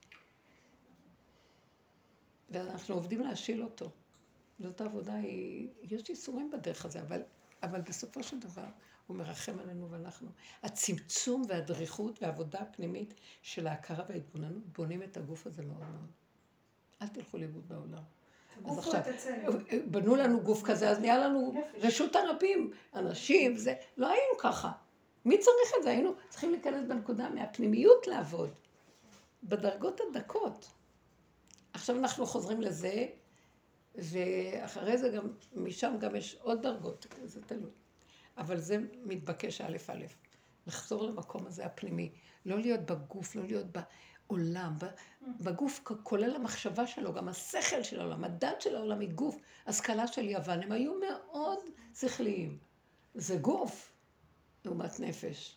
B: ואנחנו עובדים להשיל אותו. זאת העבודה, היא, יש איסורים בדרך הזה, אבל, אבל בסופו של דבר הוא מרחם עלינו ואנחנו. הצמצום והדריכות והעבודה הפנימית של ההכרה וההתבוננות בונים את הגוף הזה מאוד מאוד. אל תלכו לאיבוד בעולם. אז עכשיו, בנו לנו גוף כזה, אז נהיה לנו רשות הרבים, אנשים, זה, לא היינו ככה. מי צריך את זה? היינו צריכים להיכנס בנקודה מהפנימיות לעבוד, בדרגות הדקות. עכשיו אנחנו חוזרים לזה, ואחרי זה גם, משם גם יש עוד דרגות, זה תלוי. אבל זה מתבקש א' א', לחזור למקום הזה הפנימי, לא להיות בגוף, לא להיות ב... עולם, בגוף כולל המחשבה שלו, גם השכל של העולם, הדת של העולם היא גוף, השכלה של יוון, הם היו מאוד שכליים. זה גוף, לעומת נפש.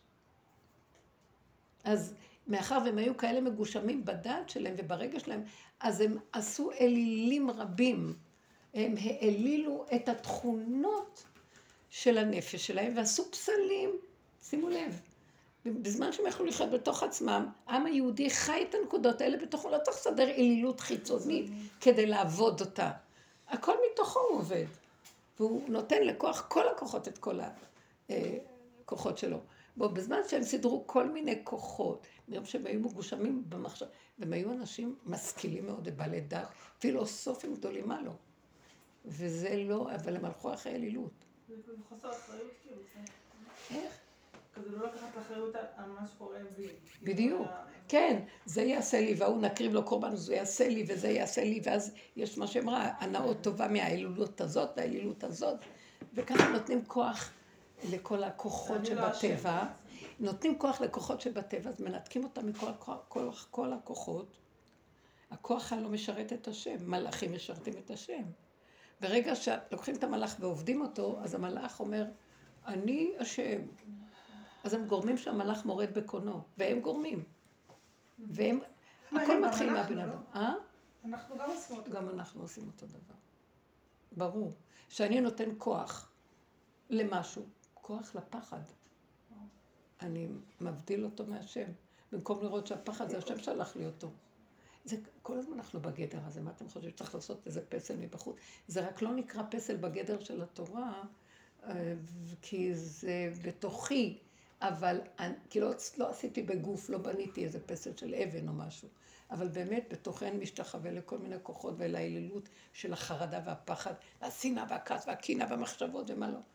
B: אז מאחר והם היו כאלה מגושמים בדת שלהם וברגע שלהם, אז הם עשו אלילים רבים, הם העלילו את התכונות של הנפש שלהם ועשו פסלים, שימו לב. בזמן שהם יכלו לחיות בתוך עצמם, העם היהודי חי את הנקודות האלה בתוכו, לא צריך לסדר אלילות חיצונית כדי לעבוד אותה. הכל מתוכו הוא עובד, והוא נותן לכוח, כל הכוחות את כל הכוחות שלו. בו, בזמן שהם סידרו כל מיני כוחות, מרוב שהם היו מגושמים במחשב, והם היו אנשים משכילים מאוד, בעלי דת, פילוסופים גדולים, מה לא? וזה לא, אבל הם הלכו אחרי אלילות.
F: זה חוסר אחריות כאילו.
B: איך?
F: כזה לא לקחת אחריות על מה שקורה בי.
B: בדיוק, כן, זה יעשה לי, והוא נקריב לו קורבן, זה יעשה לי וזה יעשה לי, ואז יש מה שאמרה, הנאות טובה מהאלילות הזאת והאלילות הזאת, וככה נותנים כוח לכל הכוחות שבטבע, נותנים כוח לכוחות שבטבע, אז מנתקים אותם מכל כל, כל הכוחות, הכוח הלא משרת את השם, מלאכים משרתים את השם. ברגע שלוקחים את המלאך ועובדים אותו, אז המלאך אומר, אני השם. אז הם גורמים שהמלאך מורד בקונו, והם גורמים. והם, הכל מתחיל מהבן אדם. אה?
A: אנחנו גם עושים אותו.
B: גם אנחנו עושים אותו דבר. ברור. שאני נותן כוח למשהו, כוח לפחד. אני מבדיל אותו מהשם. במקום לראות שהפחד זה השם שלח לי אותו. זה, כל הזמן אנחנו בגדר הזה, מה אתם חושבים שצריך לעשות איזה פסל מבחוץ? זה רק לא נקרא פסל בגדר של התורה, כי זה בתוכי, אבל כי לא, לא עשיתי בגוף, לא בניתי איזה פסל של אבן או משהו, אבל באמת בתוכן משתחווה לכל מיני כוחות ולהילילות של החרדה והפחד, והשנאה והכעס והקינה והמחשבות ומה לא.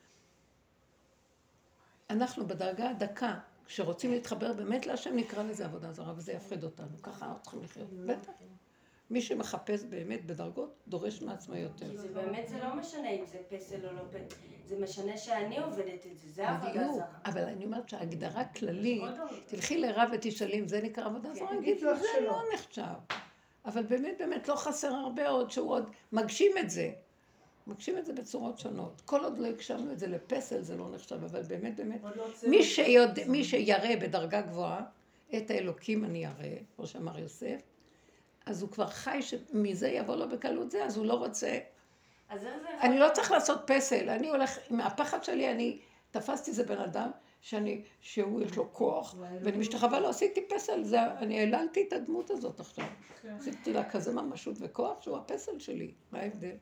B: אנחנו בדרגה הדקה, כשרוצים להתחבר באמת להשם, נקרא לזה עבודה זרה, וזה יפחיד אותנו. ככה אנחנו צריכים לחיות. בטח. מי שמחפש באמת בדרגות, דורש מעצמו יותר.
G: כי זה באמת, זה לא משנה אם זה פסל או לא פסל. זה משנה שאני עובדת את זה, זה עבודה זרה.
B: אבל אני אומרת שההגדרה כללית, תלכי לרב ותשאלי אם זה נקרא עבודה זרה, נגיד, זה לא נחשב. אבל באמת, באמת לא חסר הרבה עוד, שהוא עוד מגשים את זה. מגשים את זה בצורות שונות. כל עוד לא הקשבנו את זה לפסל, זה לא נחשב, אבל באמת, באמת, מי שיודע, מי שיראה בדרגה גבוהה, את האלוקים אני אראה, כמו שאמר יוסף, אז הוא כבר חי שמזה יבוא לו בקלות זה, אז הוא לא רוצה.
G: אז איך זה יכול...
B: אני לא צריך לעשות פסל, אני הולך, מהפחד שלי, אני תפסתי איזה בן אדם, שאני, שהוא יש לו כוח, ואני משתחווה לו, עשיתי פסל, זה, אני העללתי את הדמות הזאת עכשיו. עשיתי לה כזה ממשות וכוח, שהוא הפסל שלי, מה ההבדל?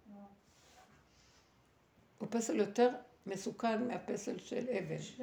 B: הוא פסל יותר מסוכן מהפסל של אבן.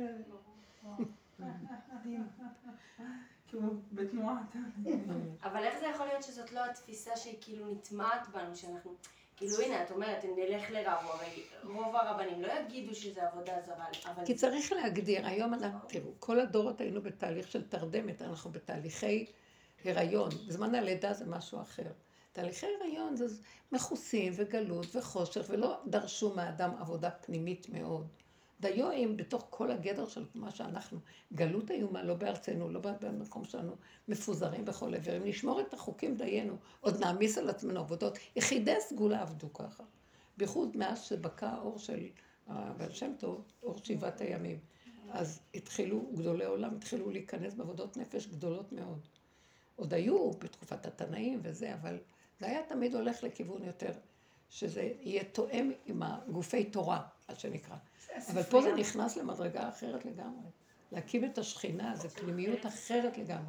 F: כאילו בתנועה.
G: אבל איך זה יכול להיות שזאת לא התפיסה שהיא כאילו נטמעת בנו, שאנחנו... כאילו הנה, את אומרת, אם נלך לרב, הרי רוב הרבנים לא יגידו שזה עבודה זרה, אבל...
B: כי צריך להגדיר, היום אנחנו, תראו, כל הדורות היינו בתהליך של תרדמת, אנחנו בתהליכי הריון, בזמן הלידה זה משהו אחר. תהליכי הריון זה מכוסים וגלות וחושך, ולא דרשו מהאדם עבודה פנימית מאוד. דיו אם בתוך כל הגדר של מה שאנחנו, גלות איומה, לא בארצנו, לא במקום שלנו, מפוזרים בכל עבר. אם נשמור את החוקים דיינו, עוד נעמיס על עצמנו עבודות, יחידי סגולה עבדו ככה. בייחוד מאז שבקע האור של הבעל שם טוב, אור שבעת הימים. אז התחילו, גדולי עולם, התחילו להיכנס בעבודות נפש גדולות מאוד. עוד היו בתקופת התנאים וזה, אבל זה היה תמיד הולך לכיוון יותר, שזה יהיה תואם עם הגופי תורה, מה שנקרא. אבל פה זה נכנס למדרגה אחרת לגמרי. להקים את השכינה, זה פנימיות אחרת לגמרי.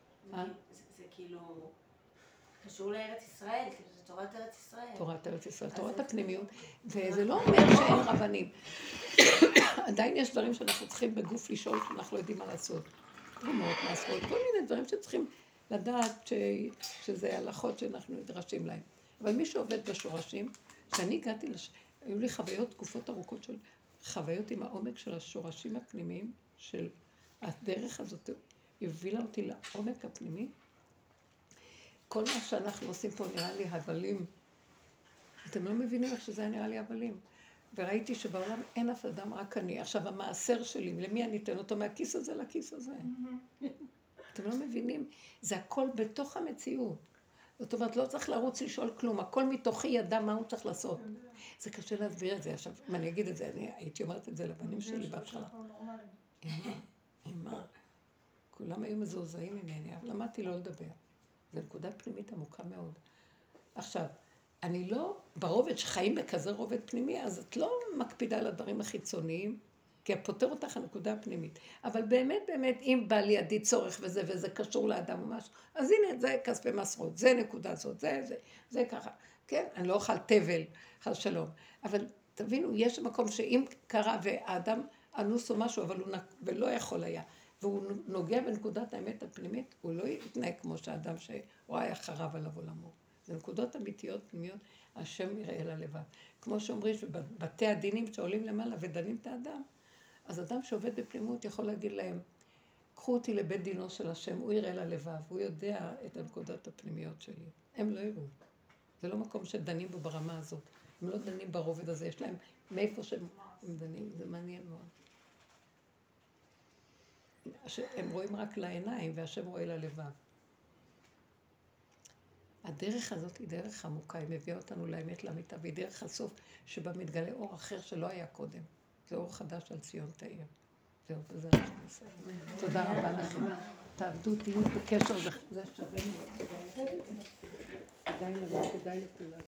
G: זה כאילו קשור לארץ ישראל, כאילו זה תורת ארץ ישראל.
B: תורת ארץ ישראל, תורת הפנימיות, וזה לא אומר שאין רבנים. עדיין יש דברים שאנחנו צריכים בגוף לשאול, שאנחנו לא יודעים מה לעשות. תרומות, מעשרות, כל מיני דברים שצריכים לדעת שזה הלכות שאנחנו נדרשים להם. אבל מי שעובד בשורשים, כשאני הגעתי, לש... היו לי חוויות, תקופות ארוכות של חוויות עם העומק של השורשים הפנימיים, של הדרך הזאת, הובילה אותי לעומק הפנימי. כל מה שאנחנו עושים פה נראה לי הבלים. אתם לא מבינים איך שזה נראה לי הבלים. וראיתי שבעולם אין אף אדם, רק אני. עכשיו, המעשר שלי, למי אני אתן אותו מהכיס הזה לכיס הזה? אתם לא מבינים? זה הכל בתוך המציאות. זאת אומרת, לא צריך לרוץ לשאול כלום, הכל מתוכי ידע מה הוא צריך לעשות. זה קשה להסביר את זה. עכשיו, אם אני אגיד את זה, אני הייתי אומרת את זה לבנים שלי בהתחלה. אמא, אמא, כולם היו מזועזעים ממני, אבל למדתי לא לדבר. זו נקודה פנימית עמוקה מאוד. עכשיו, אני לא, ברובד שחיים בכזה רובד פנימי, אז את לא מקפידה על הדברים החיצוניים, כי את פותר אותך הנקודה הפנימית. אבל באמת, באמת, אם בא לידי צורך וזה, וזה קשור לאדם ממש, אז הנה, זה כספי מסרות, זה נקודה זאת, זה, זה, זה ככה. כן, אני לא אוכל תבל, חס שלום. אבל תבינו, יש מקום שאם קרה והאדם אנוס או משהו, אבל הוא ולא יכול היה, והוא נוגע בנקודת האמת הפנימית, הוא לא יתנהג כמו שהאדם שרואה היה חרב עליו עולמו. זה נקודות אמיתיות פנימיות, השם יראה אל הלבב. כמו שאומרים שבבתי הדינים שעולים למעלה ודנים את האדם, אז אדם שעובד בפנימות יכול להגיד להם, קחו אותי לבית דינו של השם, הוא יראה אל הלבב, הוא יודע את הנקודות הפנימיות שלי. הם לא יראו. זה לא מקום שדנים בו ברמה הזאת. הם לא דנים ברובד הזה, יש להם מאיפה שהם דנים, זה מעניין מאוד. הם רואים רק לעיניים והשם רואה ללבב. הדרך הזאת היא דרך עמוקה, היא מביאה אותנו לאמת לאמיתה, והיא דרך הסוף שבה מתגלה אור אחר שלא היה קודם. זה אור חדש על ציון תאיר. זהו, בזה אנחנו נסיים. תודה רבה לכם. תעבדו, תהיו בקשר, זה שווה. כדאי לבוא, כדאי לכולם.